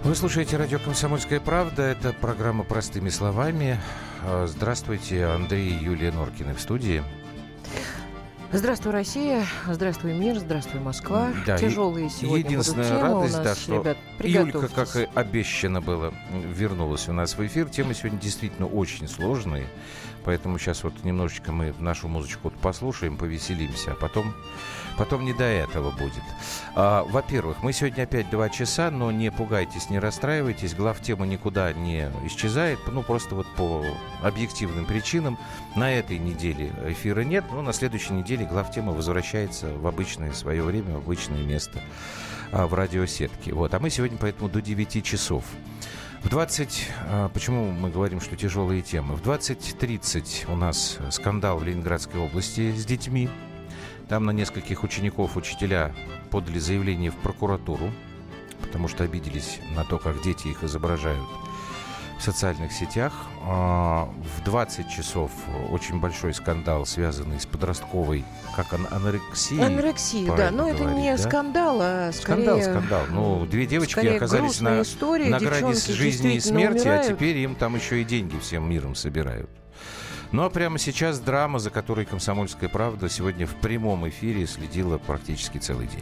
Вы слушаете радио «Комсомольская правда». Это программа «Простыми словами». Здравствуйте, Андрей и Юлия Норкины в студии. Здравствуй, Россия. Здравствуй, мир. Здравствуй, Москва. Да, тяжелые сегодня единственная будут темы радость, у нас, да, что ребят, Юлька, как и обещано было, вернулась у нас в эфир. Темы сегодня действительно очень сложные. Поэтому сейчас вот немножечко мы нашу музычку послушаем, повеселимся, а потом не до этого будет. Во-первых, мы сегодня опять 2 часа, но не пугайтесь, не расстраивайтесь. Главтема никуда не исчезает, просто вот по объективным причинам. На этой неделе эфира нет, но на следующей неделе главтема возвращается в обычное свое время, в обычное место в радиосетке. Вот. А мы сегодня поэтому до 9 часов. Почему мы говорим, что тяжелые темы? В 20:30 у нас скандал в Ленинградской области с детьми. Там на нескольких учеников учителя подали заявление в прокуратуру, потому что обиделись на то, как дети их изображают в социальных сетях. В 20 часов очень большой скандал, связанный с подростковой, анорексией. Анорексия, да. Но это не скандал, а скорее... Скандал. 2 девочки оказались на грани жизни и смерти, умирают. А теперь им там еще и деньги всем миром собирают. Ну а прямо сейчас драма, за которой «Комсомольская правда» сегодня в прямом эфире следила практически целый день.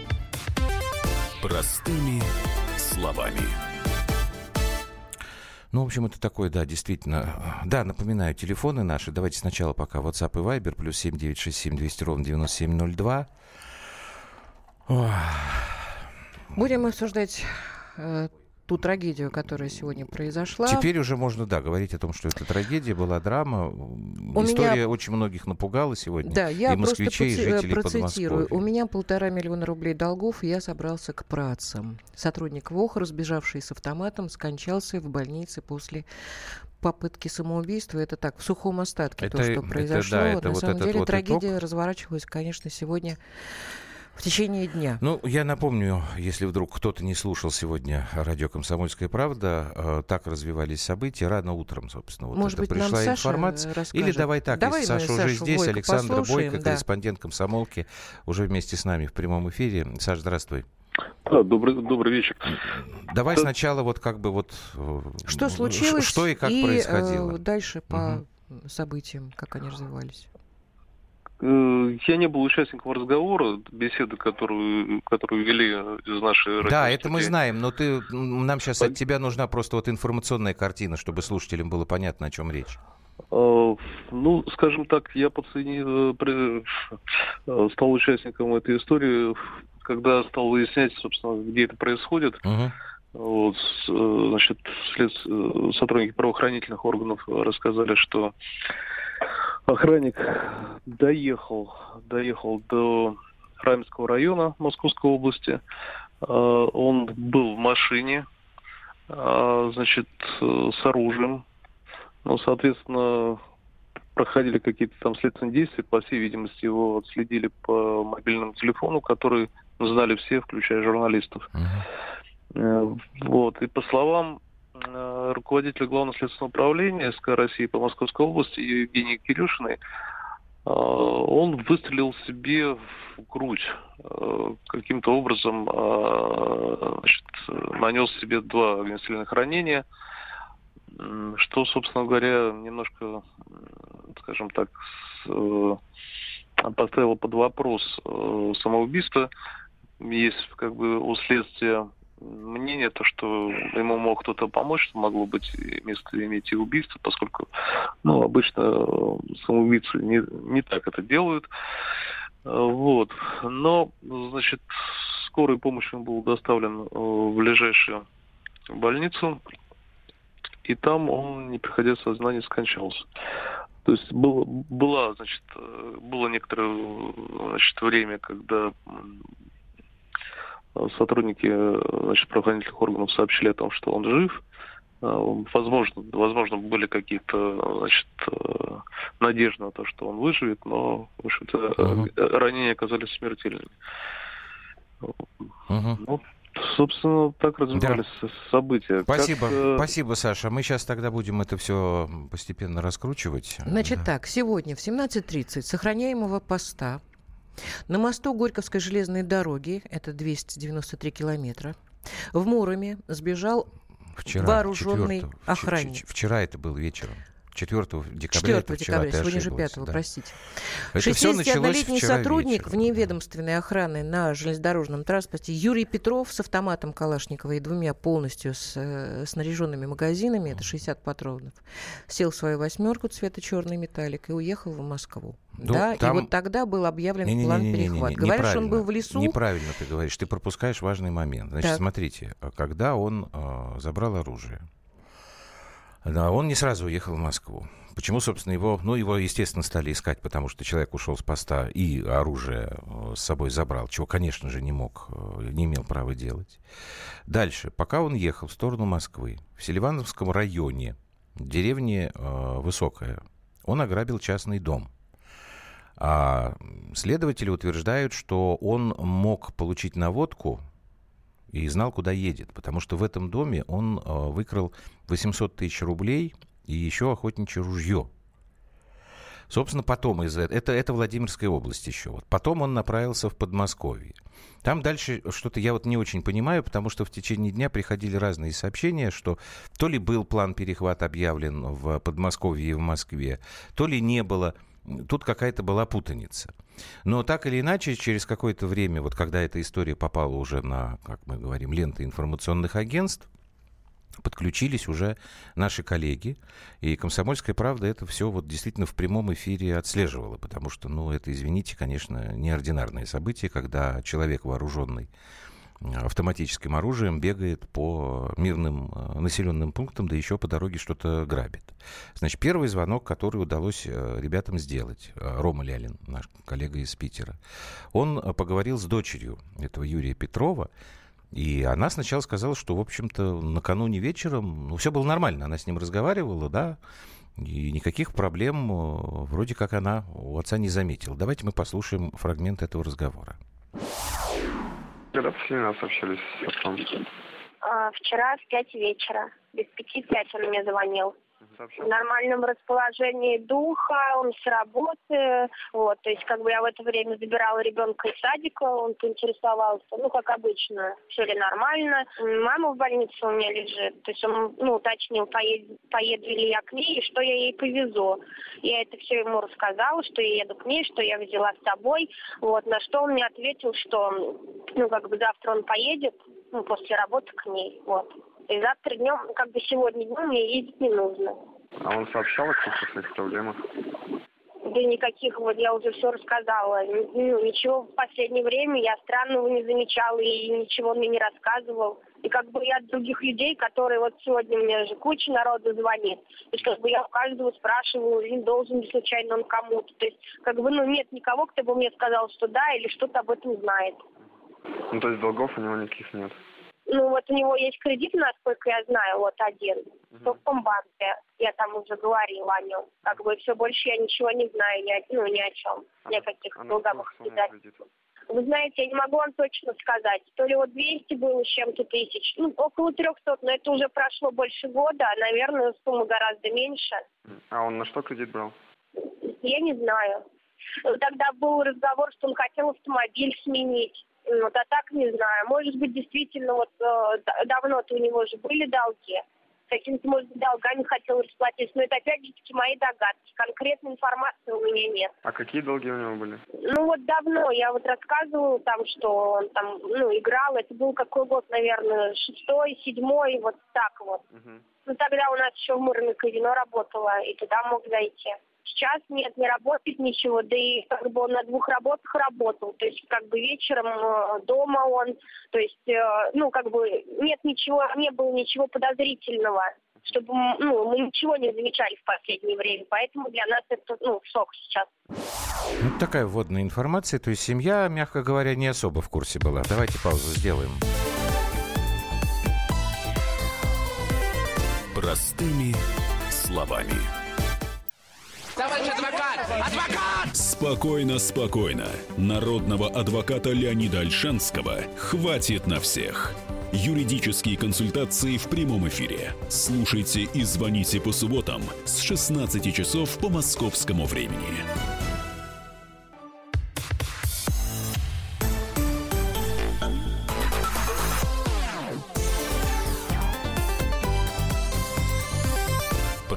Простыми словами. В общем, это такое, да, действительно. Да, напоминаю, телефоны наши. Давайте сначала пока WhatsApp и Viber, +7 967 200 9702. Будем обсуждать ту трагедию, которая сегодня произошла. Теперь уже можно, говорить о том, что это трагедия, была драма. История очень многих напугала сегодня. Да, я и москвичей, просто и жителей процитирую. Подмосковья. У меня 1,5 миллиона рублей долгов, и я собрался к працам. Сотрудник ВОХ, разбежавший с автоматом, скончался в больнице после попытки самоубийства. Это так, в сухом остатке то, что произошло. На самом деле трагедия разворачивалась, конечно, сегодня в течение дня. Я напомню, если вдруг кто-то не слушал сегодня радио «Комсомольская правда», так развивались события. Рано утром, собственно, Может быть, пришла нам информация. Саша Или давай мы Саша уже здесь, Бойко Александра Бойко, да. корреспондент «Комсомолки», уже вместе с нами в прямом эфире. Саш, здравствуй. Да, добрый вечер. Давай сначала что случилось, что и как происходило. Дальше по событиям, как они развивались. Я не был участником разговора, беседы, которую вели из нашей радиостудии. Да, это мы знаем, но нам сейчас от тебя нужна просто информационная картина, чтобы слушателям было понятно, о чем речь. Скажем так, я стал участником этой истории, когда стал выяснять, собственно, где это происходит. Сотрудники правоохранительных органов рассказали, что охранник доехал до Раменского района Московской области. Он был в машине, с оружием. Соответственно, проходили какие-то там следственные действия. По всей видимости, его отследили по мобильному телефону, который знали все, включая журналистов. И по словам руководителя Главного следственного управления СК России по Московской области Евгении Кирюшиной, он выстрелил себе в грудь. Каким-то образом нанес себе 2 огнестрельных ранения, что, собственно говоря, немножко, скажем так, поставило под вопрос самоубийство. Есть у следствия мнение, что ему мог кто-то помочь, что могло быть место иметь и убийство, поскольку, обычно самоубийцы не так это делают. Но, скорой помощью он был доставлен в ближайшую больницу, и там он, не приходя в сознание, скончался. То есть было некоторое время, когда сотрудники правоохранительных органов сообщили о том, что он жив. Возможно, были какие-то надежды на то, что он выживет, но, в общем-то, ранения оказались смертельными. Собственно, так развивались события. Спасибо, Саша. Мы сейчас тогда будем это все постепенно раскручивать. Так, сегодня в 17:30 с охраняемого поста на мосту Горьковской железной дороги, это 293 километра, В Муроме сбежал вооруженный охранник. Вчера это был вечером. 4 декабря. 4 декабря, сегодня же 5, да. Простите. Это все началось 61-летний вчера сотрудник вечером. вневедомственной охраны на железнодорожном транспорте Юрий Петров с автоматом Калашникова и 2 полностью снаряженными магазинами, это 60 патронов, сел в свою 8 цвета черный металлик и уехал в Москву. Ну, да, там... И вот тогда был объявлен план перехвата. Говоришь, он был в лесу? Неправильно ты говоришь, ты пропускаешь важный момент. Значит, смотрите, когда он забрал оружие, он не сразу уехал в Москву. Почему, собственно, его, естественно, стали искать, потому что человек ушел с поста и оружие с собой забрал, чего, конечно же, не имел права делать. Дальше, пока он ехал в сторону Москвы, в Селивановском районе, деревне Высокая, он ограбил частный дом. А следователи утверждают, что он мог получить наводку и знал, куда едет, потому что в этом доме он выкрал 800 тысяч рублей и еще охотничье ружье. Собственно, потом это Владимирская область еще. Вот. Потом он направился в Подмосковье. Там дальше что-то я не очень понимаю, потому что в течение дня приходили разные сообщения, что то ли был план перехвата объявлен в Подмосковье и в Москве, то ли не было. Тут какая-то была путаница. Но так или иначе, через какое-то время, вот когда эта история попала уже на, как мы говорим, ленты информационных агентств, подключились уже наши коллеги, и «Комсомольская правда» это все вот действительно в прямом эфире отслеживала, потому что, это, извините, конечно, неординарное событие, когда человек, вооруженный автоматическим оружием, бегает по мирным населенным пунктам, да еще по дороге что-то грабит. Значит, первый звонок, который удалось ребятам сделать, Рома Лялин, наш коллега из Питера, он поговорил с дочерью этого Юрия Петрова, и она сначала сказала, что, в общем-то, накануне вечером, все было нормально, она с ним разговаривала, да, и никаких проблем вроде как она у отца не заметила. Давайте мы послушаем фрагмент этого разговора. Когда последний раз общались с отцом? Вчера в 5 вечера. Без 5:05 он мне звонил. В нормальном расположении духа, он с работы. Вот, то есть, я в это время забирала ребенка из садика, он поинтересовался, как обычно, все ли нормально. Мама в больнице у меня лежит. То есть он, уточнил, поеду ли я к ней и что я ей повезу. Я это все ему рассказала, что я еду к ней, что я взяла с собой. Вот, на что он мне ответил, что, завтра он поедет, после работы к ней. Вот. И завтра днем, сегодня днем мне ездить не нужно. А он сообщал о каких-то своих проблемах? Да никаких, я уже все рассказала. Ничего в последнее время я странного не замечала и ничего он мне не рассказывал. И я от других людей, которые сегодня мне же куча народу звонит. То есть я у каждого спрашиваю, не должен ли случайно он кому-то. То есть нет никого, кто бы мне сказал, что да, или что-то об этом знает. То есть долгов у него никаких нет? У него есть кредит, насколько я знаю, один. В Совкомбанке. Я там уже говорила о нем. Все больше я ничего не знаю ни о чем. Никаких долговых обязательств. Вы знаете, я не могу вам точно сказать. То ли 200 было с чем-то тысяч. Около 300, но это уже прошло больше года. Наверное, сумма гораздо меньше. А он на что кредит брал? Я не знаю. Тогда был разговор, что он хотел автомобиль сменить. А так не знаю. Может быть, действительно, давно-то у него же были долги. Какими-то, может быть, долгами хотел расплатиться. Но это, опять же, мои догадки. Конкретной информации у меня нет. А какие долги у него были? Давно. Я рассказывала что он там, играл. Это был какой год, наверное, 6-й, 7-й, так вот. Угу. Тогда у нас еще в Муроме казино работало, и туда мог зайти. Сейчас нет, не работает ничего, да и он на 2 работах работал, то есть вечером дома он, то есть, нет ничего, не было ничего подозрительного, чтобы, мы ничего не замечали в последнее время, поэтому для нас это, шок сейчас. Такая вводная информация, то есть семья, мягко говоря, не особо в курсе была. Давайте паузу сделаем. Простыми словами. Товарищ адвокат! Адвокат! Спокойно, спокойно. Народного адвоката Леонида Ольшанского хватит на всех. Юридические консультации в прямом эфире. Слушайте и звоните по субботам с 16 часов по московскому времени.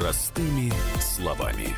Простыми словами.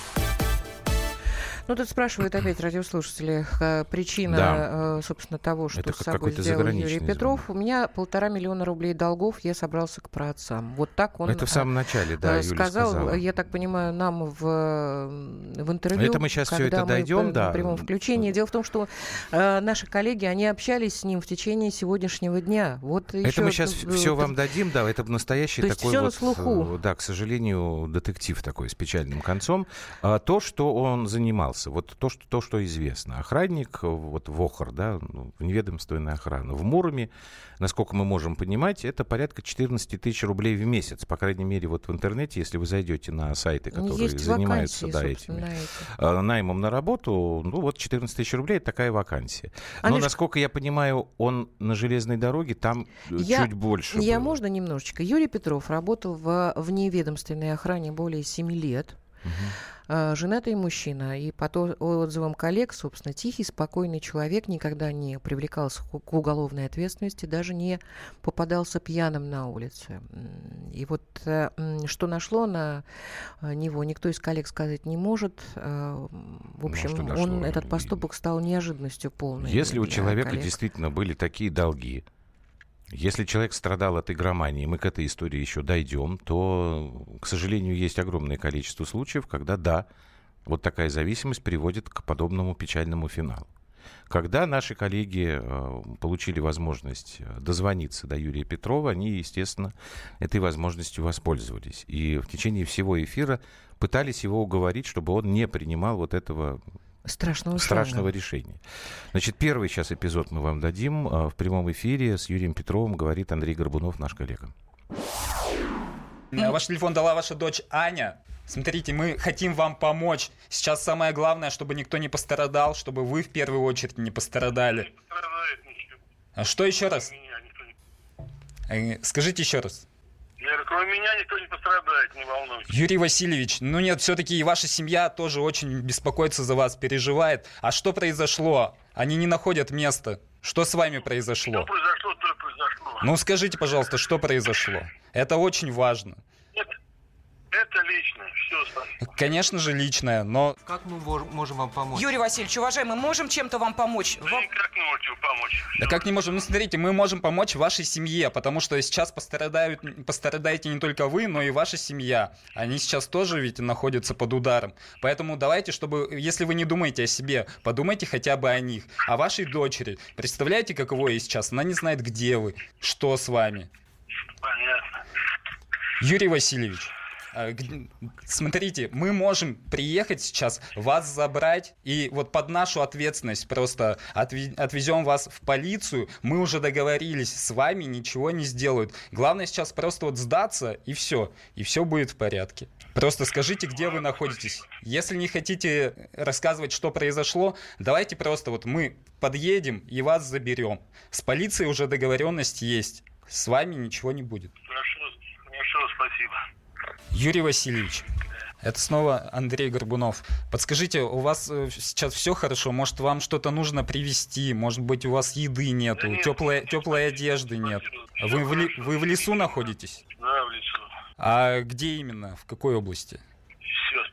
Ну, тут спрашивают опять радиослушатели, причина, собственно, того, что это с собой сделал Юрий Петров. звонок. У меня 1,5 миллиона рублей долгов, я собрался к праотцам. Вот так он Это в самом начале, да, Юля сказала. Я так понимаю, нам в интервью, это мы сейчас когда все это дойдем, мы в прямом включении. Дело в том, что наши коллеги, они общались с ним в течение сегодняшнего дня. Вот это мы сейчас все вам дадим, да, это настоящий такой все вот, на слуху. Да, к сожалению, детектив такой с печальным концом. То, что он занимался, вот то, что известно. Охранник, вот ВОХР, да, вневедомственная охрана. В Муроме, насколько мы можем понимать, это порядка 14 тысяч рублей в месяц. По крайней мере, вот в интернете, если вы зайдете на сайты, которые занимаются наймом на работу, ну вот 14 тысяч рублей — это такая вакансия. Но, насколько я понимаю, он на железной дороге, там чуть больше было. Можно немножечко? Юрий Петров работал в вневедомственной охране более 7 лет. Женатый мужчина, и по отзывам коллег, собственно, тихий, спокойный человек, никогда не привлекался к уголовной ответственности, даже не попадался пьяным на улице. И вот что нашло на него, никто из коллег сказать не может. В общем, этот поступок стал неожиданностью полной. Если у человека действительно были такие долги, если человек страдал от игромании, мы к этой истории еще дойдем, то, к сожалению, есть огромное количество случаев, когда, да, вот такая зависимость приводит к подобному печальному финалу. Когда наши коллеги получили возможность дозвониться до Юрия Петрова, они, естественно, этой возможностью воспользовались. И в течение всего эфира пытались его уговорить, чтобы он не принимал вот этого страшного решения. Значит, первый сейчас эпизод мы вам дадим. В прямом эфире с Юрием Петровым говорит Андрей Горбунов, наш коллега. Ваш телефон дала ваша дочь Аня. Смотрите, мы хотим вам помочь. Сейчас самое главное, чтобы никто не пострадал, чтобы вы в первую очередь не пострадали. Не пострадает ничего. А что еще раз? Скажите еще раз. Я говорю, кроме меня никто не пострадает, не волнуйтесь. Юрий Васильевич, нет, все-таки и ваша семья тоже очень беспокоится за вас, переживает. А что произошло? Они не находят места. Что с вами произошло? Что произошло, то и произошло. Скажите, пожалуйста, что произошло? Это очень важно. Это личное, все, спасибо. Конечно же, личное, но... Как мы можем вам помочь? Юрий Васильевич, уважаемый, мы можем чем-то вам помочь? Да никак не можете помочь. Да как не можем? Смотрите, мы можем помочь вашей семье, потому что сейчас пострадаете не только вы, но и ваша семья. Они сейчас тоже ведь находятся под ударом. Поэтому давайте, если вы не думаете о себе, подумайте хотя бы о них, о вашей дочери. Представляете, каково ей сейчас? Она не знает, где вы, что с вами. Понятно. Юрий Васильевич, смотрите, мы можем приехать сейчас, вас забрать и вот под нашу ответственность просто отвезем вас в полицию. Мы уже договорились, с вами ничего не сделают. Главное сейчас просто вот сдаться и все будет в порядке. Просто скажите, где вы находитесь. Если не хотите рассказывать, что произошло, давайте просто вот мы подъедем и вас заберем. С полицией уже договоренность есть. С вами ничего не будет. Хорошо, спасибо. Юрий Васильевич, это снова Андрей Горбунов. Подскажите, у вас сейчас все хорошо? Может, вам что-то нужно привезти? Может быть, у вас еды нету, да теплой одежды нет? Вы в лесу находитесь? Да, в лесу. А где именно? В какой области? Все,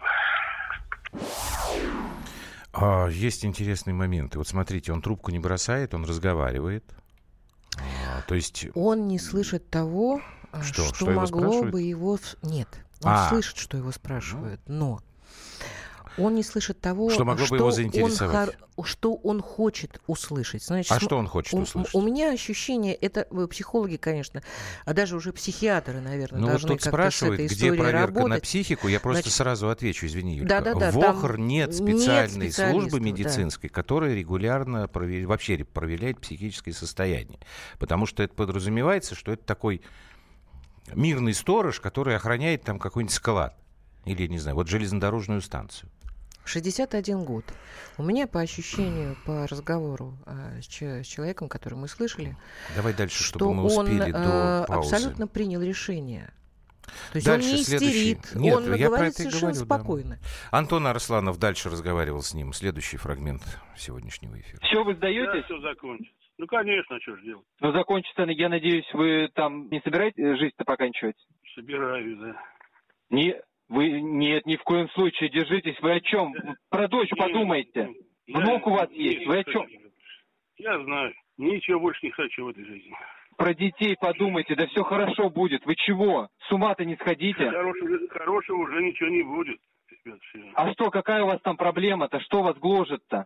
спасибо. Есть интересные моменты. Вот смотрите, он трубку не бросает, он разговаривает. То есть... Он не слышит того... Что могло бы его... Нет, он слышит, что его спрашивают, но он не слышит того, что могло бы его заинтересовать. Что он хочет услышать. Значит, что он хочет услышать? У меня ощущение, это психологи, конечно, а даже уже психиатры, наверное, должны вот тут как-то спрашивают, с этой где историей проверка работать. на психику, я просто сразу отвечу, извини, Юлька. Да, в ВОХР нет специальной службы медицинской, которая регулярно вообще проверяет психическое состояние. Потому что это подразумевается, что это такой мирный сторож, который охраняет там какой-нибудь склад. Или, не знаю, вот железнодорожную станцию. 61 год. У меня по ощущению, по разговору с человеком, который мы слышали, давай дальше, чтобы мы успели до паузы. Абсолютно принял решение. То есть дальше он не истерит, Нет, он говорит совершенно спокойно. Да. Антон Арсланов дальше разговаривал с ним. Следующий фрагмент сегодняшнего эфира. Все, вы сдаетесь? Да, все закончится. Конечно, что ж делать. Но закончится, я надеюсь, вы там не собираетесь жизнь-то поканчивать? Собираюсь, да. Вы нет, ни в коем случае, держитесь. Вы о чем? Про дочь подумайте. Внук у вас есть, вы о чем? Я знаю. Ничего больше не хочу в этой жизни. Про детей подумайте, да все хорошо будет. Вы чего? С ума-то не сходите. Хорошего уже ничего не будет. Ребят, все. А что, какая у вас там проблема-то? Что вас гложет-то?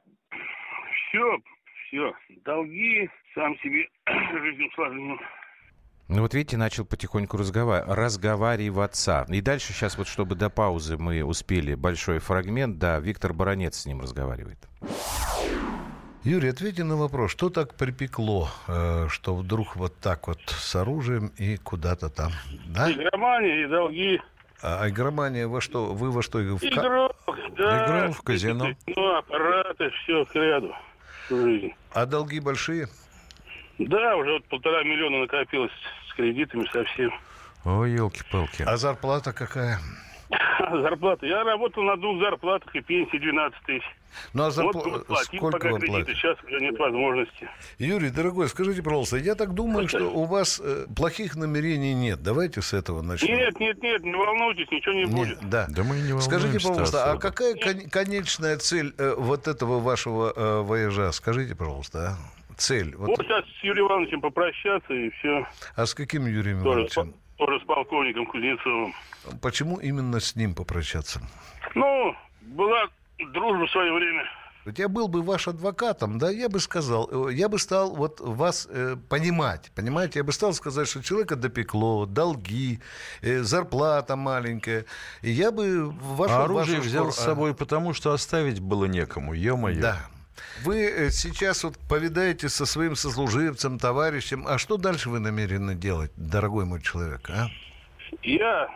Все. Долги, сам себе жизнь усложнил. Ну вот видите, начал потихоньку разговариваться. И дальше сейчас вот, чтобы до паузы мы успели большой фрагмент, да, Виктор Баранец с ним разговаривает. Юрий, ответьте на вопрос, что так припекло, что вдруг вот так вот с оружием и куда-то там, да? Игромания и долги. А игромания во что? Вы во что? Игрок, да. Играл в казино. Ну, аппараты, все к ряду. А долги большие? Да, уже вот 1,5 миллиона накопилось с кредитами совсем. Ой, елки-палки. А зарплата какая? Зарплата? Я работал на 2 зарплатах и пенсии 12 тысяч. Ну, а вот сколько вам платят? Сейчас уже нет возможности. Юрий, дорогой, скажите, пожалуйста, я так думаю, что у вас плохих намерений нет. Давайте с этого начнем. Нет, не волнуйтесь, ничего не будет. Да. Да мы не волнуемся. Скажите, пожалуйста, а какая конечная цель вот этого вашего вояжа? Скажите, пожалуйста, цель. Вот сейчас с Юрием Ивановичем попрощаться и все. А с каким Юрием Ивановичем? Тоже с полковником Кузнецовым. Почему именно с ним попрощаться? Ну, была дружба в свое время. Вот я был бы ваш адвокатом, да, я бы сказал, я бы стал вот вас понимать, понимаете, я бы стал сказать, что человека допекло, долги, зарплата маленькая, и я бы оружие взял с собой, потому что оставить было некому, ё-моё. Да. Вы сейчас вот повидаете со своим сослуживцем, товарищем, а что дальше вы намерены делать, дорогой мой человек, а? Я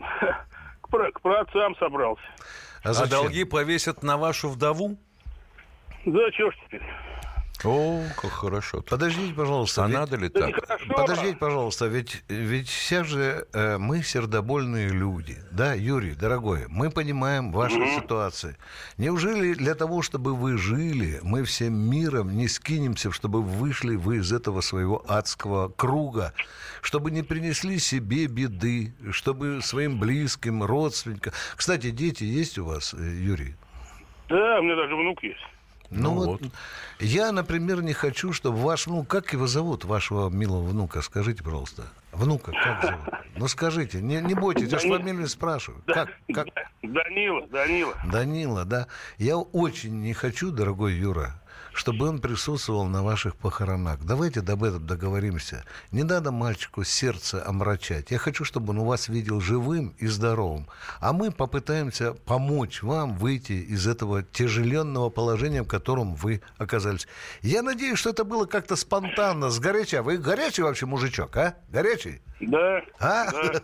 к праотцам собрался. А долги повесят на вашу вдову? Да, чё ж теперь. О, как хорошо. Подождите, пожалуйста. А надо ли так? Подождите, пожалуйста, ведь все же мы сердобольные люди. Да, Юрий, дорогой, мы понимаем вашу ситуацию. Неужели для того, чтобы вы жили, мы всем миром не скинемся, чтобы вышли вы из этого своего адского круга, чтобы не принесли себе беды, чтобы своим близким, родственникам... Кстати, дети есть у вас, Юрий? Да, у меня даже внук есть. Ну вот. Я, например, не хочу, чтобы ваш внук... Как его зовут, вашего милого внука? Скажите, пожалуйста. Внука как зовут? Ну, скажите. Не бойтесь, я же фамилию спрашиваю. Как? Данила. Данила, да. Я очень не хочу, дорогой Юра, чтобы он присутствовал на ваших похоронах. Давайте об этом договоримся. Не надо мальчику сердце омрачать. Я хочу, чтобы он у вас видел живым и здоровым. А мы попытаемся помочь вам выйти из этого тяжеленного положения, в котором вы оказались. Я надеюсь, что это было как-то спонтанно, сгоряча. Вы горячий вообще мужичок, а? Горячий? Да. А? Да.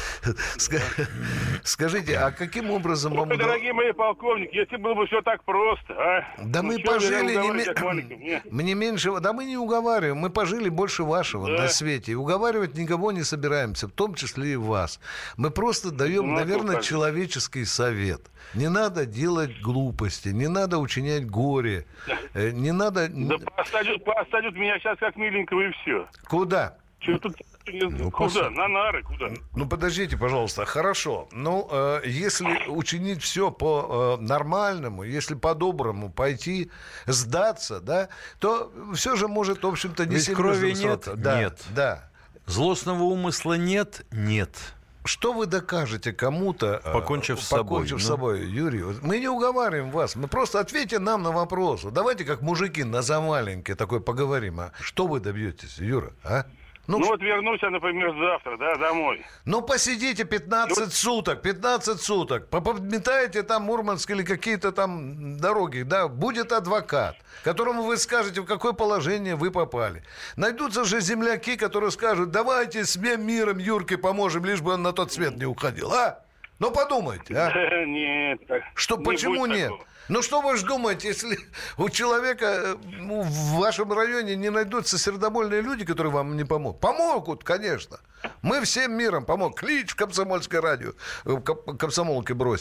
Скажите, а каким образом вам... Дорогие мои полковники, если было бы все так просто, а? Да мы пожили мне меньше... Да мы не уговариваем, мы пожили больше вашего на свете. И уговаривать никого не собираемся, в том числе и вас. Мы просто даем, наверное, человеческий совет. Не надо делать глупости, не надо учинять горе, не надо... Да посадят меня сейчас как миленького и все. Куда? Что тут... Куда? На нары, куда? Ну, подождите, пожалуйста. Хорошо. Ну, если учинить все по-нормальному, если по-доброму пойти, сдаться, да, то все же может, в общем-то, не сильно... Ведь крови нет? Да, нет. Да. Злостного умысла нет? Нет. Что вы докажете кому-то, покончив с собой, Юрий? Мы не уговариваем вас, мы просто ответьте нам на вопрос. Давайте, как мужики на заваленке такой поговорим. А что вы добьетесь, Юра, а? Ну вот вернусь я, например, завтра, да, домой. Ну, посидите 15 суток, поподметаете там Мурманск или какие-то там дороги, да, будет адвокат, которому вы скажете, в какое положение вы попали. Найдутся же земляки, которые скажут, давайте всем миром Юрке поможем, лишь бы он на тот свет не уходил, а? Ну, подумайте, а? Нет. Что, почему нет? Такого. Ну, что вы же думаете, если у человека в вашем районе не найдутся сердобольные люди, которые вам не помогут? Помогут, конечно. Мы всем миром помогут. Клич в Комсомольское радио, комсомолке бросим.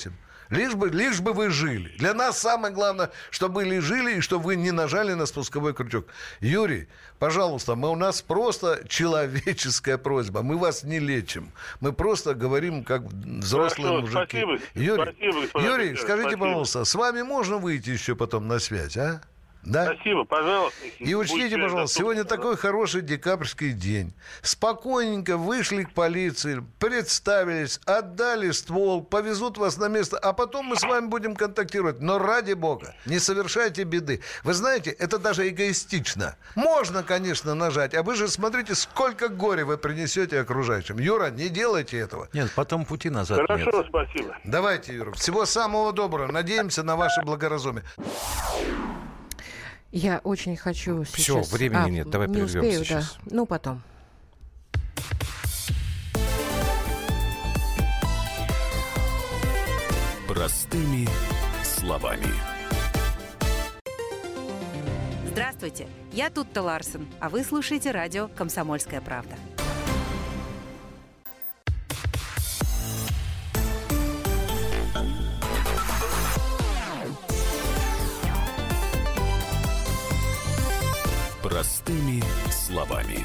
Лишь бы вы жили. Для нас самое главное, чтобы вы жили и чтобы вы не нажали на спусковой крючок. Юрий, пожалуйста, у нас просто человеческая просьба. Мы вас не лечим. Мы просто говорим, как взрослые мужики. Спасибо. Юрий, скажите, пожалуйста, с вами можно выйти еще потом на связь, а? Да? Спасибо, пожалуйста. И учтите, пожалуйста, сегодня такой хороший декабрьский день. Спокойненько вышли к полиции, представились, отдали ствол, повезут вас на место, а потом мы с вами будем контактировать. Но ради бога, не совершайте беды. Вы знаете, это даже эгоистично. Можно, конечно, нажать, а вы же смотрите, сколько горя вы принесете окружающим. Юра, не делайте этого. Нет, потом пути назад нет. Хорошо, спасибо. Давайте, Юра, всего самого доброго. Надеемся на ваше благоразумие. Я очень хочу сейчас... Все, времени нет, давай прервемся успею, сейчас. Да. Ну, потом. Простыми словами. Здравствуйте, я Тутта Ларсен, а вы слушаете радио «Комсомольская правда». Простыми словами.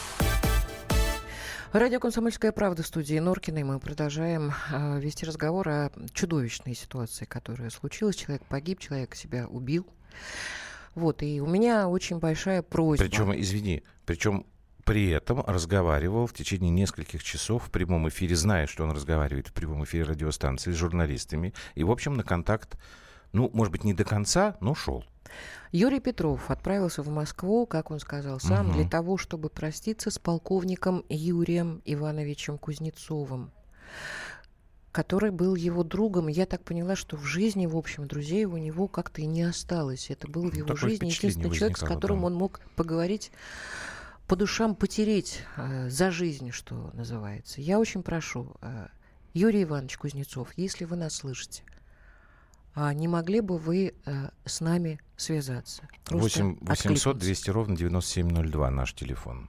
Радио «Комсомольская правда» в студии Норкиной. Мы продолжаем вести разговор о чудовищной ситуации, которая случилась. Человек погиб, человек себя убил. Вот, и у меня очень большая просьба. Причем при этом разговаривал в течение нескольких часов в прямом эфире, зная, что он разговаривает в прямом эфире радиостанции с журналистами. И, в общем, на контакт, может быть, не до конца, но шел. Юрий Петров отправился в Москву, как он сказал сам, для того, чтобы проститься с полковником Юрием Ивановичем Кузнецовым, который был его другом. Я так поняла, что в жизни, в общем, друзей у него как-то и не осталось. Это был в его жизни единственный человек, с которым он мог поговорить, по душам потереть за жизнь, что называется. Я очень прошу, Юрий Иванович Кузнецов, если вы нас слышите, не могли бы вы с нами связаться? 8 800 200 ровно 9702 наш телефон.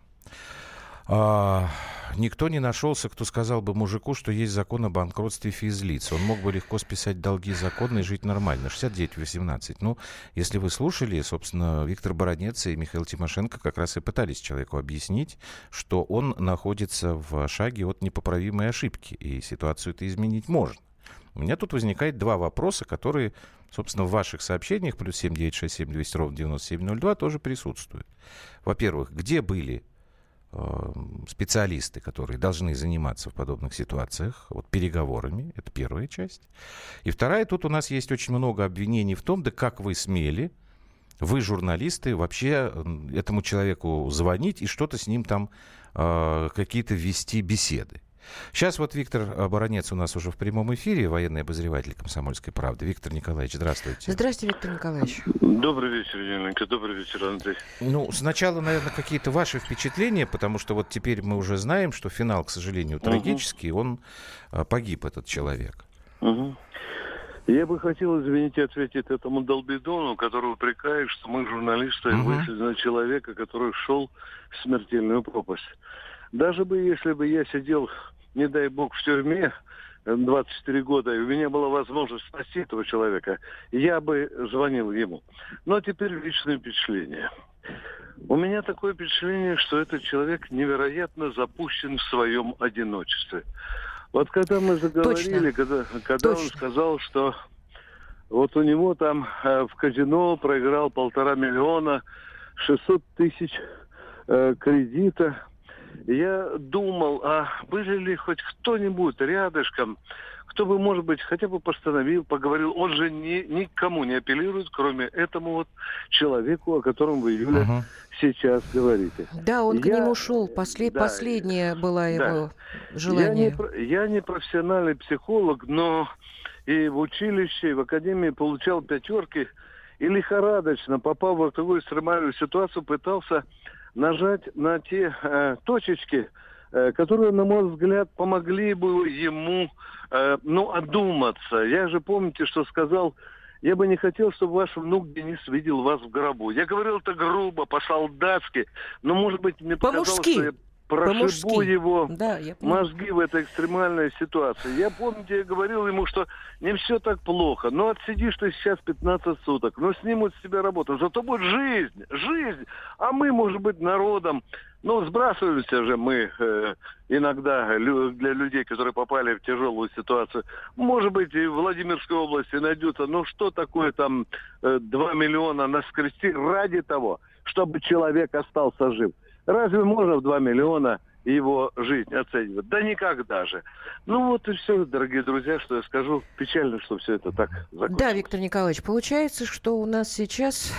Никто не нашелся, кто сказал бы мужику, что есть закон о банкротстве физлиц. Он мог бы легко списать долги законно и жить нормально. 69-18. Если вы слушали, собственно, Виктор Баранец и Михаил Тимошенко как раз и пытались человеку объяснить, что он находится в шаге от непоправимой ошибки, и ситуацию это изменить можно. У меня тут возникает два вопроса, которые, собственно, в ваших сообщениях, плюс 7967 200 ровно 9702, тоже присутствуют. Во-первых, где были специалисты, которые должны заниматься в подобных ситуациях переговорами? Это первая часть. И вторая, тут у нас есть очень много обвинений в том, да как вы смели, вы, журналисты, вообще этому человеку звонить и что-то с ним там, какие-то вести беседы. Сейчас Виктор Баранец у нас уже в прямом эфире, военный обозреватель «Комсомольской правды». Виктор Николаевич, здравствуйте. Здравствуйте, Виктор Николаевич. Добрый вечер, Еленка. Добрый вечер, Андрей. Сначала, наверное, какие-то ваши впечатления, потому что теперь мы уже знаем, что финал, к сожалению, трагический. Он погиб, этот человек. Я бы хотел, извините, ответить этому долбидону, который упрекает, что мы, журналисты, вышли на человека, который шел в смертельную пропасть. Даже если бы я сидел, не дай бог, в тюрьме 24 года, и у меня была возможность спасти этого человека, я бы звонил ему. Но теперь личное впечатление. У меня такое впечатление, что этот человек невероятно запущен в своем одиночестве. Когда мы заговорили, когда он сказал, что у него там в казино проиграл 1,5 миллиона, 600 тысяч кредита. Я думал, были ли хоть кто-нибудь рядышком, кто бы, может быть, хотя бы постановил, поговорил. Он же никому не апеллирует, кроме этому человеку, о котором вы, Юля, сейчас говорите. Да, он к нему шел. Последнее было его желание. Я не профессиональный психолог, но и в училище, и в академии получал 5 и лихорадочно, попав в такую экстремальную ситуацию, пытался нажать на те точечки, которые, на мой взгляд, помогли бы ему, одуматься. Я же, помните, что сказал, я бы не хотел, чтобы ваш внук Денис видел вас в гробу. Я говорил это грубо, по-солдатски, но, может быть, мне показалось, что я прошибу его мозги в этой экстремальной ситуации. Я, помните, я говорил ему, что не все так плохо. Но отсидишь ты сейчас 15 суток, но снимут с тебя работу. Зато будет жизнь. А мы, может быть, народом, сбрасываемся же мы иногда для людей, которые попали в тяжелую ситуацию. Может быть, и в Владимирской области найдется, что такое там 2 миллиона наскрести ради того, чтобы человек остался жив. Разве можно в 2 миллиона его жизнь оценивать? Да никогда же. Вот и все, дорогие друзья, что я скажу. Печально, что все это так закончилось. Да, Виктор Николаевич, получается, что у нас сейчас